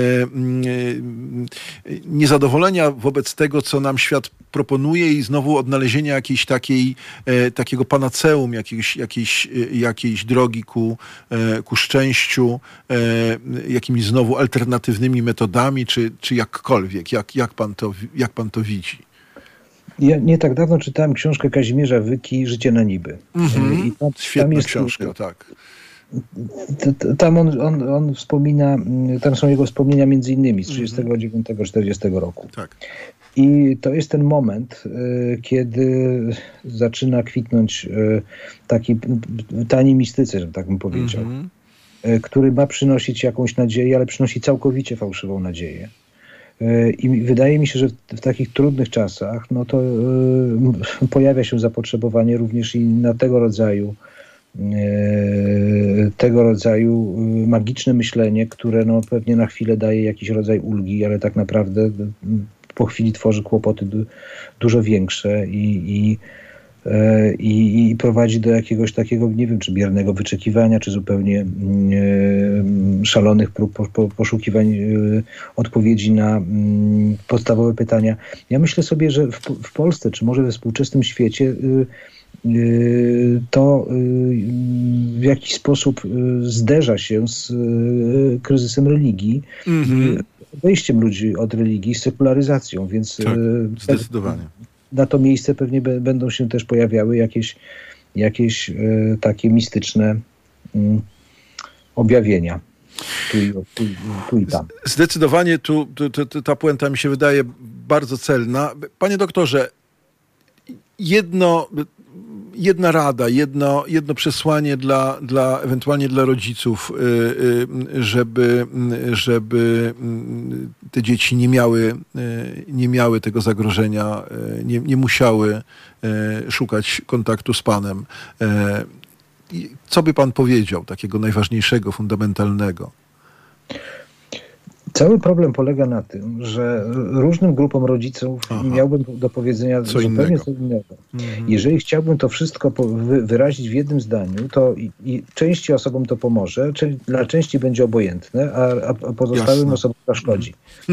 niezadowolenia wobec tego, co nam świat proponuje i znowu odnalezienia takiego panaceum, jakiejś drogi ku szczęściu, jakimiś znowu alternatywnymi metodami, czy jakkolwiek? Jak pan to widzi? Ja nie tak dawno czytałem książkę Kazimierza Wyki „Życie na niby”. I świetna książka, tak. Tam on wspomina, tam są jego wspomnienia między innymi z 1939-1940 roku. Tak. I to jest ten moment, kiedy zaczyna kwitnąć taki tani mistycyzm, tak bym powiedział, który ma przynosić jakąś nadzieję, ale przynosi całkowicie fałszywą nadzieję. I wydaje mi się, że w takich trudnych czasach to pojawia się zapotrzebowanie również i na tego rodzaju magiczne myślenie, które pewnie na chwilę daje jakiś rodzaj ulgi, ale tak naprawdę po chwili tworzy kłopoty dużo większe i prowadzi do jakiegoś takiego, nie wiem, czy biernego wyczekiwania, czy zupełnie szalonych prób poszukiwań odpowiedzi na podstawowe pytania. Ja myślę sobie, że w Polsce, czy może we współczesnym świecie to w jakiś sposób zderza się z kryzysem religii, odejściem ludzi od religii, z sekularyzacją, więc tak, zdecydowanie. Na to miejsce pewnie będą się też pojawiały jakieś takie mistyczne objawienia. Tu i tam. Zdecydowanie ta puenta mi się wydaje bardzo celna. Panie doktorze, jedna rada, jedno przesłanie ewentualnie dla rodziców, żeby te dzieci nie miały tego zagrożenia, nie musiały szukać kontaktu z Panem. Co by pan powiedział takiego najważniejszego, fundamentalnego? Cały problem polega na tym, że różnym grupom rodziców miałbym do powiedzenia zupełnie co innego. Jeżeli chciałbym to wszystko wyrazić w jednym zdaniu, to i części osobom to pomoże, dla części będzie obojętne, a pozostałym osobom zaszkodzi.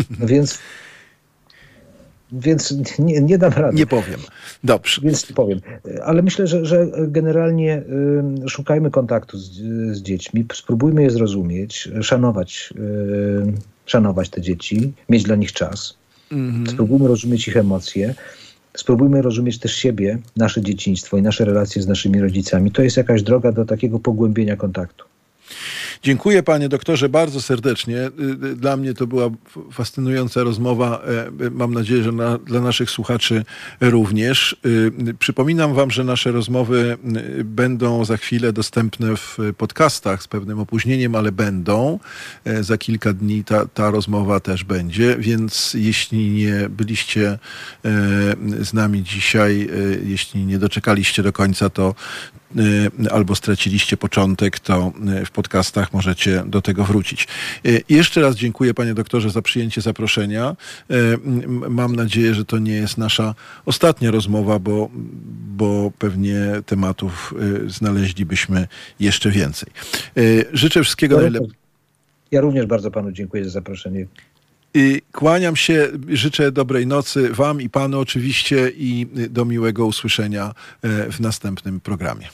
Więc nie dam rady. Nie powiem. Dobrze. Więc nie powiem. Ale myślę, że generalnie szukajmy kontaktu z dziećmi, spróbujmy je zrozumieć, szanować te dzieci, mieć dla nich czas. Spróbujmy rozumieć ich emocje. Spróbujmy rozumieć też siebie, nasze dzieciństwo i nasze relacje z naszymi rodzicami. To jest jakaś droga do takiego pogłębienia kontaktu. Dziękuję panie doktorze bardzo serdecznie. Dla mnie to była fascynująca rozmowa. Mam nadzieję, że dla naszych słuchaczy również. Przypominam wam, że nasze rozmowy będą za chwilę dostępne w podcastach z pewnym opóźnieniem, ale będą. Za kilka dni ta rozmowa też będzie, więc jeśli nie byliście z nami dzisiaj, jeśli nie doczekaliście do końca, to albo straciliście początek, to w podcastach możecie do tego wrócić. Jeszcze raz dziękuję, panie doktorze, za przyjęcie zaproszenia. Mam nadzieję, że to nie jest nasza ostatnia rozmowa, bo pewnie tematów znaleźlibyśmy jeszcze więcej. Życzę wszystkiego najlepszego. Ja również bardzo panu dziękuję za zaproszenie. Kłaniam się, życzę dobrej nocy wam i panu oczywiście i do miłego usłyszenia w następnym programie.